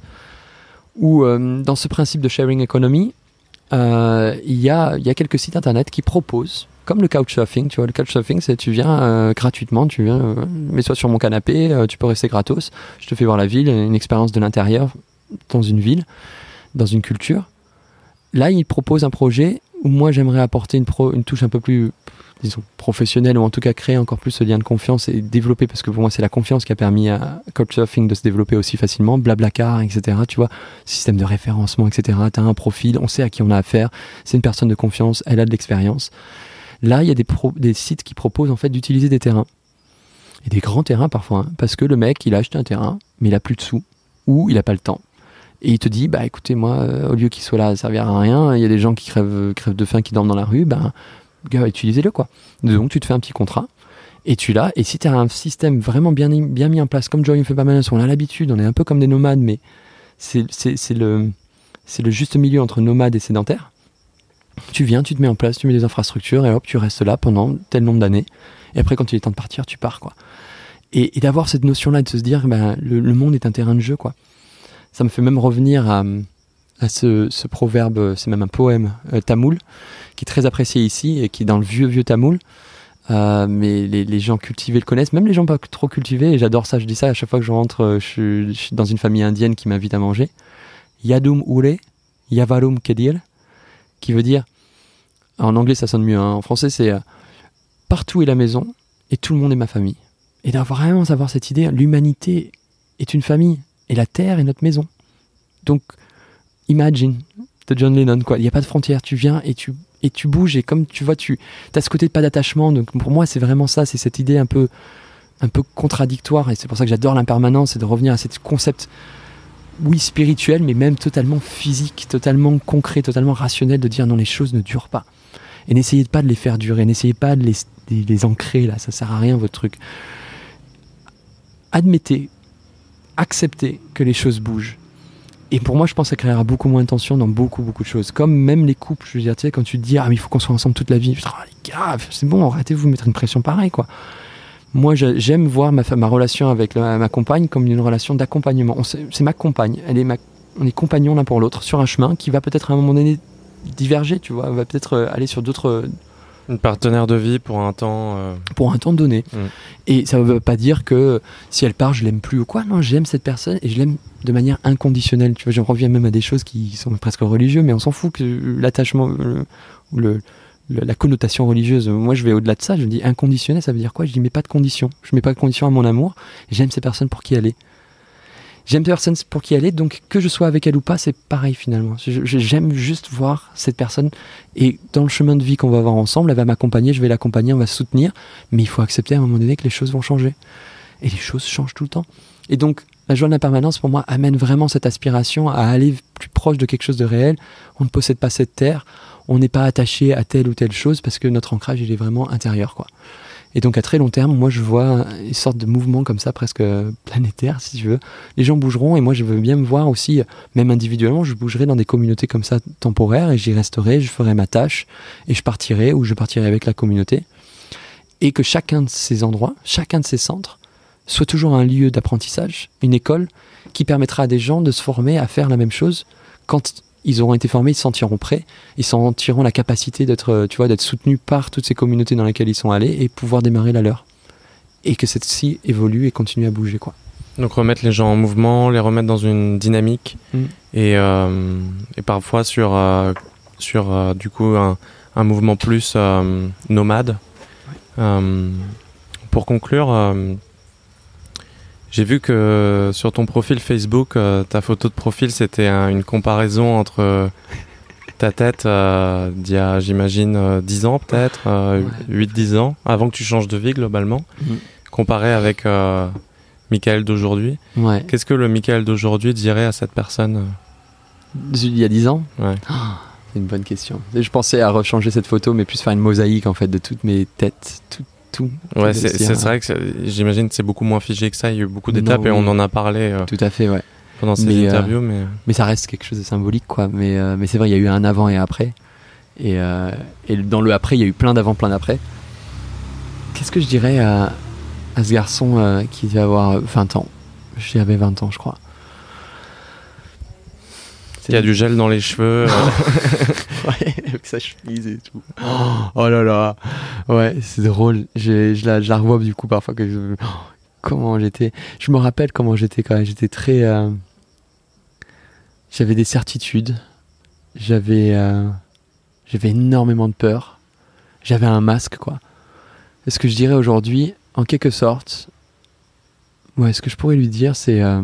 où euh, dans ce principe de sharing economy, Euh, il y a, y a quelques sites internet qui proposent, comme le couchsurfing, tu vois, le couchsurfing, c'est tu viens euh, gratuitement, tu viens, euh, mets-toi sur mon canapé, euh, tu peux rester gratos, je te fais voir la ville, une expérience de l'intérieur dans une ville, dans une culture. Là, ils proposent un projet où moi j'aimerais apporter une, pro, une touche un peu plus, disons, professionnelle, ou en tout cas créer encore plus ce lien de confiance et développer, parce que pour moi c'est la confiance qui a permis à Couchsurfing de se développer aussi facilement, Blablacar, et cetera. Tu vois, système de référencement, et cetera. Tu as un profil, on sait à qui on a affaire, c'est une personne de confiance, elle a de l'expérience. Là, il y a des, pro, des sites qui proposent en fait d'utiliser des terrains, et des grands terrains parfois, hein, parce que le mec, il a acheté un terrain, mais il a plus de sous, ou il n'a pas le temps. Et il te dit, bah écoutez, moi, euh, au lieu qu'il soit là, ça servira à rien, il y a des gens qui crèvent, crèvent de faim, qui dorment dans la rue, ben, gars, utilisez-le, quoi. Donc, tu te fais un petit contrat, et tu l'as, et si tu as un système vraiment bien, bien mis en place, comme Joy in Permanence, on a l'habitude, on est un peu comme des nomades, mais c'est, c'est, c'est, le, c'est le juste milieu entre nomade et sédentaire. Tu viens, tu te mets en place, tu mets des infrastructures, et hop, tu restes là pendant tel nombre d'années, et après, quand il est temps de partir, tu pars, quoi. Et, et d'avoir cette notion-là, de se dire, ben, le, le monde est un terrain de jeu, quoi. Ça me fait même revenir à, à ce, ce proverbe, c'est même un poème euh, tamoul, qui est très apprécié ici et qui est dans le vieux, vieux tamoul. Euh, mais les, les gens cultivés le connaissent, même les gens pas trop cultivés, et j'adore ça, je dis ça à chaque fois que je rentre, je suis, je suis dans une famille indienne qui m'invite à manger. Yadum ure, yavarum kedir, qui veut dire, en anglais ça sonne mieux, hein, en français c'est euh, partout est la maison et tout le monde est ma famille. Et d'avoir vraiment savoir cette idée, l'humanité est une famille. Et la terre est notre maison. Donc, Imagine, de John Lennon, quoi. Il n'y a pas de frontières. Tu viens et tu, et tu bouges, et comme tu vois, tu as ce côté de pas d'attachement. Donc pour moi, c'est vraiment ça, c'est cette idée un peu, un peu contradictoire, et c'est pour ça que j'adore l'impermanence, c'est de revenir à ce concept, oui, spirituel, mais même totalement physique, totalement concret, totalement rationnel, de dire non, les choses ne durent pas. Et n'essayez pas de les faire durer, n'essayez pas de les, de les ancrer, là, ça sert à rien votre truc. Admettez, acceptez que les choses bougent. Et pour moi, je pense que ça créera beaucoup moins de tension dans beaucoup, beaucoup de choses. Comme même les couples, je veux dire, tu sais, quand tu te dis, ah, mais il faut qu'on soit ensemble toute la vie. Putain, les gars, c'est bon, arrêtez-vous de mettre une pression pareille, quoi. Moi, j'aime voir ma, ma relation avec la, ma compagne comme une relation d'accompagnement. On, c'est ma compagne, elle est ma, on est compagnons l'un pour l'autre sur un chemin qui va peut-être à un moment donné diverger, tu vois, va peut-être aller sur d'autres... Une partenaire de vie pour un temps... Euh... Pour un temps donné. Mmh. Et ça ne veut pas dire que si elle part, je l'aime plus ou quoi. Non, j'aime cette personne et je l'aime de manière inconditionnelle. Tu vois, j'en reviens même à des choses qui sont presque religieuses, mais on s'en fout que l'attachement le, ou le, le, la connotation religieuse. Moi, je vais au-delà de ça. Je me dis inconditionnel, ça veut dire quoi? Je dis mais pas de conditions. Je mets pas de conditions à mon amour. J'aime ces personnes pour qui elle est. J'aime ces personnes pour qui elle est, donc que je sois avec elle ou pas, c'est pareil finalement. Je, je, j'aime juste voir cette personne, et dans le chemin de vie qu'on va avoir ensemble, elle va m'accompagner, je vais l'accompagner, on va se soutenir, mais il faut accepter à un moment donné que les choses vont changer. Et les choses changent tout le temps. Et donc, la joie de l'impermanence, pour moi, amène vraiment cette aspiration à aller plus proche de quelque chose de réel. On ne possède pas cette terre, on n'est pas attaché à telle ou telle chose, parce que notre ancrage, il est vraiment intérieur, quoi. Et donc à très long terme, moi je vois une sorte de mouvement comme ça, presque planétaire si tu veux. Les gens bougeront, et moi je veux bien me voir aussi, même individuellement, je bougerai dans des communautés comme ça temporaires, et j'y resterai, je ferai ma tâche, et je partirai, ou je partirai avec la communauté. Et que chacun de ces endroits, chacun de ces centres, soit toujours un lieu d'apprentissage, une école, qui permettra à des gens de se former à faire la même chose. Quand ils auront été formés, ils se sentiront prêts, ils sentiront la capacité d'être, tu vois, d'être soutenus par toutes ces communautés dans lesquelles ils sont allés, et pouvoir démarrer la leur. Et que celle-ci évolue et continue à bouger, quoi. Donc remettre les gens en mouvement, les remettre dans une dynamique, mmh. et, euh, et parfois sur, euh, sur euh, du coup un, un mouvement plus euh, nomade. Ouais. Euh, pour conclure, euh, j'ai vu que sur ton profil Facebook, euh, ta photo de profil, c'était un, une comparaison entre euh, ta tête euh, d'il y a, j'imagine, euh, dix ans peut-être, euh, ouais. huit dix ans, avant que tu changes de vie globalement, mmh. comparé avec euh, Michael d'aujourd'hui. Ouais. Qu'est-ce que le Michael d'aujourd'hui dirait à cette personne? Il y a dix ans? Ouais. Oh, c'est une bonne question. Je pensais à rechanger cette photo, mais plus faire une mosaïque en fait de toutes mes têtes, toutes. Tout, ouais, c'est, c'est, c'est vrai que c'est, j'imagine que c'est beaucoup moins figé que ça. Il y a eu beaucoup d'étapes, non, oui. Et on en a parlé euh, tout à fait, ouais. pendant ces mais, interviews. Euh, mais... mais ça reste quelque chose de symbolique, quoi. Mais, euh, mais c'est vrai, il y a eu un avant et après. Et, euh, et dans le après, il y a eu plein d'avant, plein d'après. Qu'est-ce que je dirais à, à ce garçon euh, qui devait avoir vingt ans? J'avais vingt ans, je crois. Il y a du gel dans les cheveux. Ouais, avec sa chemise et tout. Oh, oh là là. Ouais, c'est drôle. J'ai, je, la, je la revois du coup parfois. Que je, oh, comment j'étais. Je me rappelle comment j'étais quand même. J'étais très. Euh, j'avais des certitudes. J'avais, euh, j'avais énormément de peur. J'avais un masque, quoi. Et ce que je dirais aujourd'hui, en quelque sorte, ouais, ce que je pourrais lui dire, c'est. Euh,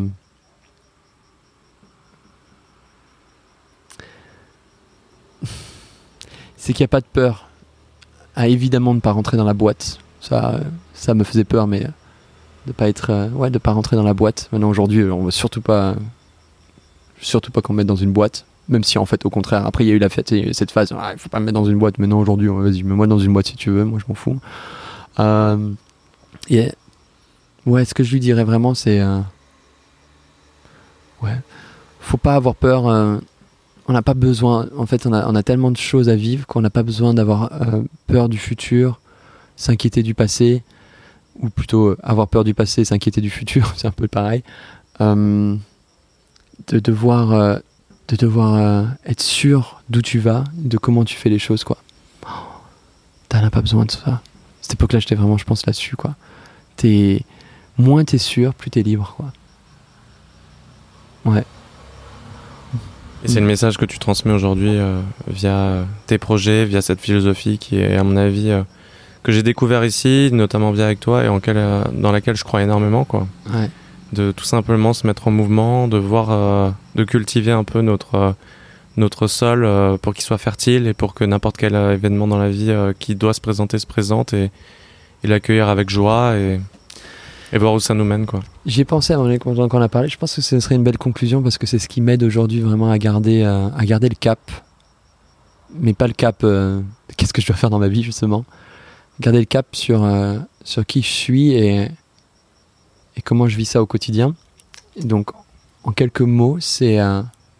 c'est qu'il n'y a pas de peur à évidemment ne pas rentrer dans la boîte. Ça, ça me faisait peur, mais de pas être, euh, ouais, de pas rentrer dans la boîte. Maintenant, aujourd'hui, on veut surtout pas, surtout pas qu'on me mette dans une boîte. Même si, en fait, au contraire, après, il y a eu la fête, il y a eu cette phase, ah, il faut pas me mettre dans une boîte. Maintenant, aujourd'hui, vas-y, mets-moi dans une boîte si tu veux. Moi, je m'en fous. Euh, et ouais, ce que je lui dirais vraiment, c'est, euh, ouais, faut pas avoir peur. Euh, On n'a pas besoin, en fait, on a, on a tellement de choses à vivre qu'on n'a pas besoin d'avoir euh, peur du futur, s'inquiéter du passé, ou plutôt euh, avoir peur du passé, s'inquiéter du futur, c'est un peu pareil. Euh, de devoir, euh, de devoir euh, être sûr d'où tu vas, de comment tu fais les choses, quoi. Oh, t'en as pas besoin de ça. À cette époque-là, j'étais vraiment, je pense, là-dessus, quoi. T'es, moins t'es sûr, plus t'es libre, quoi. Ouais. Et c'est le message que tu transmets aujourd'hui euh, via tes projets, via cette philosophie qui est, à mon avis, euh, que j'ai découvert ici, notamment via avec toi, et en quel, euh, dans laquelle je crois énormément, quoi. Ouais. De tout simplement se mettre en mouvement, de voir, euh, de cultiver un peu notre, euh, notre sol euh, pour qu'il soit fertile et pour que n'importe quel euh, événement dans la vie euh, qui doit se présenter se présente et, et l'accueillir avec joie et, et voir où ça nous mène, quoi. J'y ai pensé avant quand on a parlé. Je pense que ce serait une belle conclusion parce que c'est ce qui m'aide aujourd'hui vraiment à garder, euh, à garder le cap. Mais pas le cap, euh, qu'est-ce que je dois faire dans ma vie justement. Garder le cap sur, euh, sur qui je suis et, et comment je vis ça au quotidien. Et donc, en quelques mots, c'est... Euh,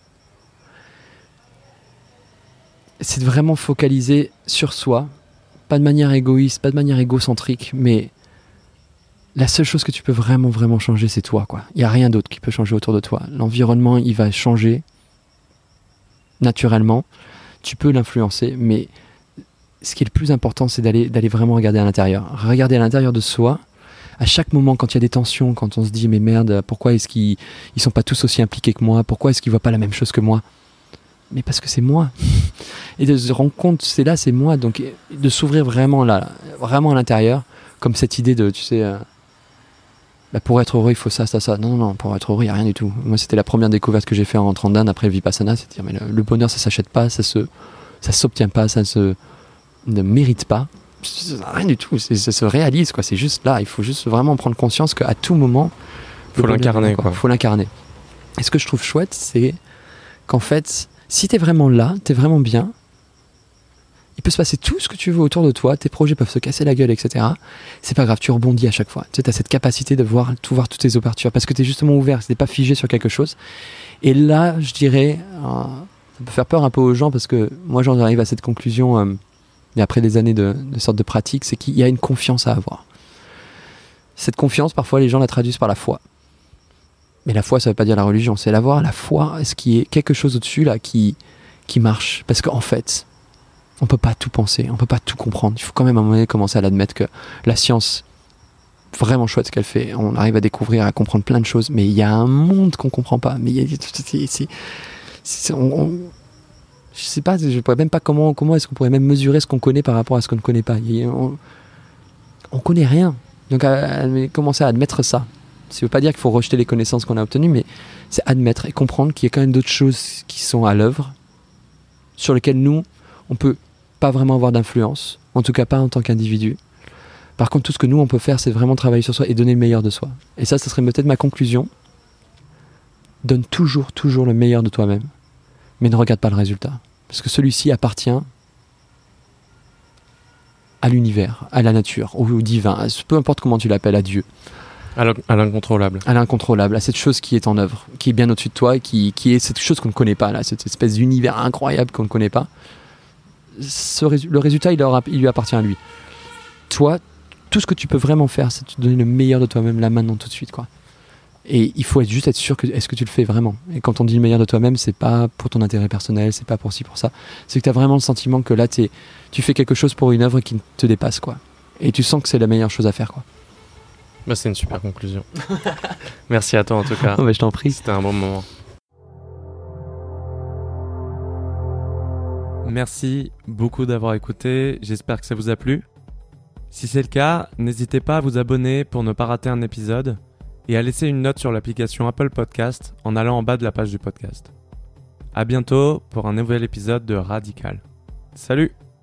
c'est de vraiment focaliser sur soi, pas de manière égoïste, pas de manière égocentrique, mais la seule chose que tu peux vraiment, vraiment changer, c'est toi, quoi. Il n'y a rien d'autre qui peut changer autour de toi. L'environnement, il va changer naturellement. Tu peux l'influencer, mais ce qui est le plus important, c'est d'aller, d'aller vraiment regarder à l'intérieur. Regarder à l'intérieur de soi. À chaque moment, quand il y a des tensions, quand on se dit « mais merde, pourquoi est-ce qu'ils ne sont pas tous aussi impliqués que moi ? Pourquoi est-ce qu'ils ne voient pas la même chose que moi ?» Mais parce que c'est moi. Et de se rendre compte, c'est là, c'est moi. Donc, de s'ouvrir vraiment là, vraiment à l'intérieur, comme cette idée de, tu sais, euh, bah pour être heureux, il faut ça, ça, ça. Non, non, non, pour être heureux, il n'y a rien du tout. Moi, c'était la première découverte que j'ai fait en rentrant d'Inde après le Vipassana, c'est de dire, mais le, le bonheur, ça ne s'achète pas, ça se, ça s'obtient pas, ça se, ne mérite pas. Rien du tout, c'est, ça se réalise, quoi. C'est juste là, il faut juste vraiment prendre conscience qu'à tout moment, il faut l'incarner, quoi. Il faut l'incarner. Et ce que je trouve chouette, c'est qu'en fait, si t'es vraiment là, t'es vraiment bien, il peut se passer tout ce que tu veux autour de toi, tes projets peuvent se casser la gueule, et cetera. C'est pas grave, tu rebondis à chaque fois. Tu sais, t'as cette capacité de voir tout, voir toutes tes ouvertures, parce que t'es justement ouvert, t'es pas figé sur quelque chose. Et là, je dirais, euh, ça peut faire peur un peu aux gens, parce que moi, j'en arrive à cette conclusion, euh, et après des années de, de sorte de pratique, c'est qu'il y a une confiance à avoir. Cette confiance, parfois, les gens la traduisent par la foi. Mais la foi, ça veut pas dire la religion, c'est l'avoir, la foi, est-ce qu'il y a quelque chose au-dessus là qui, qui marche ? Parce qu'en fait, on peut pas tout penser, on peut pas tout comprendre. Il faut quand même à un moment donné commencer à l'admettre que la science, vraiment chouette ce qu'elle fait, on arrive à découvrir, à comprendre plein de choses, mais il y a un monde qu'on comprend pas. Mais il y a, c'est, c'est, c'est, on, on, je sais pas, je pourrais même pas comment, comment est-ce qu'on pourrait même mesurer ce qu'on connaît par rapport à ce qu'on ne connaît pas. Il y a, on, on connaît rien. Donc à, à commencer à admettre ça. Ça ne veut pas dire qu'il faut rejeter les connaissances qu'on a obtenues, mais c'est admettre et comprendre qu'il y a quand même d'autres choses qui sont à l'œuvre, sur lesquelles nous, on ne peut pas vraiment avoir d'influence, en tout cas pas en tant qu'individu. Par contre, tout ce que nous, on peut faire, c'est vraiment travailler sur soi et donner le meilleur de soi. Et ça, ça serait peut-être ma conclusion. Donne toujours, toujours le meilleur de toi-même, mais ne regarde pas le résultat. Parce que celui-ci appartient à l'univers, à la nature, au, au divin, peu importe comment tu l'appelles, à Dieu. À l'incontrôlable. À l'incontrôlable, à cette chose qui est en œuvre, qui est bien au-dessus de toi, qui, qui est cette chose qu'on ne connaît pas, là, cette espèce d'univers incroyable qu'on ne connaît pas. Ce, le résultat, il, leur, il lui appartient à lui. Toi, tout ce que tu peux vraiment faire, c'est te donner le meilleur de toi-même là, maintenant, tout de suite, quoi. Et il faut être, juste être sûr que est-ce que tu le fais vraiment. Et quand on dit le meilleur de toi-même, c'est pas pour ton intérêt personnel, c'est pas pour ci, pour ça. C'est que tu as vraiment le sentiment que là, t'es, tu fais quelque chose pour une œuvre qui te dépasse, quoi. Et tu sens que c'est la meilleure chose à faire, quoi. Bah, c'est une super conclusion. Merci à toi en tout cas. Oh, bah, je t'en prie. C'était un bon moment. Merci beaucoup d'avoir écouté. J'espère que ça vous a plu. Si c'est le cas, n'hésitez pas à vous abonner pour ne pas rater un épisode et à laisser une note sur l'application Apple Podcast en allant en bas de la page du podcast. À bientôt pour un nouvel épisode de Radical. Salut!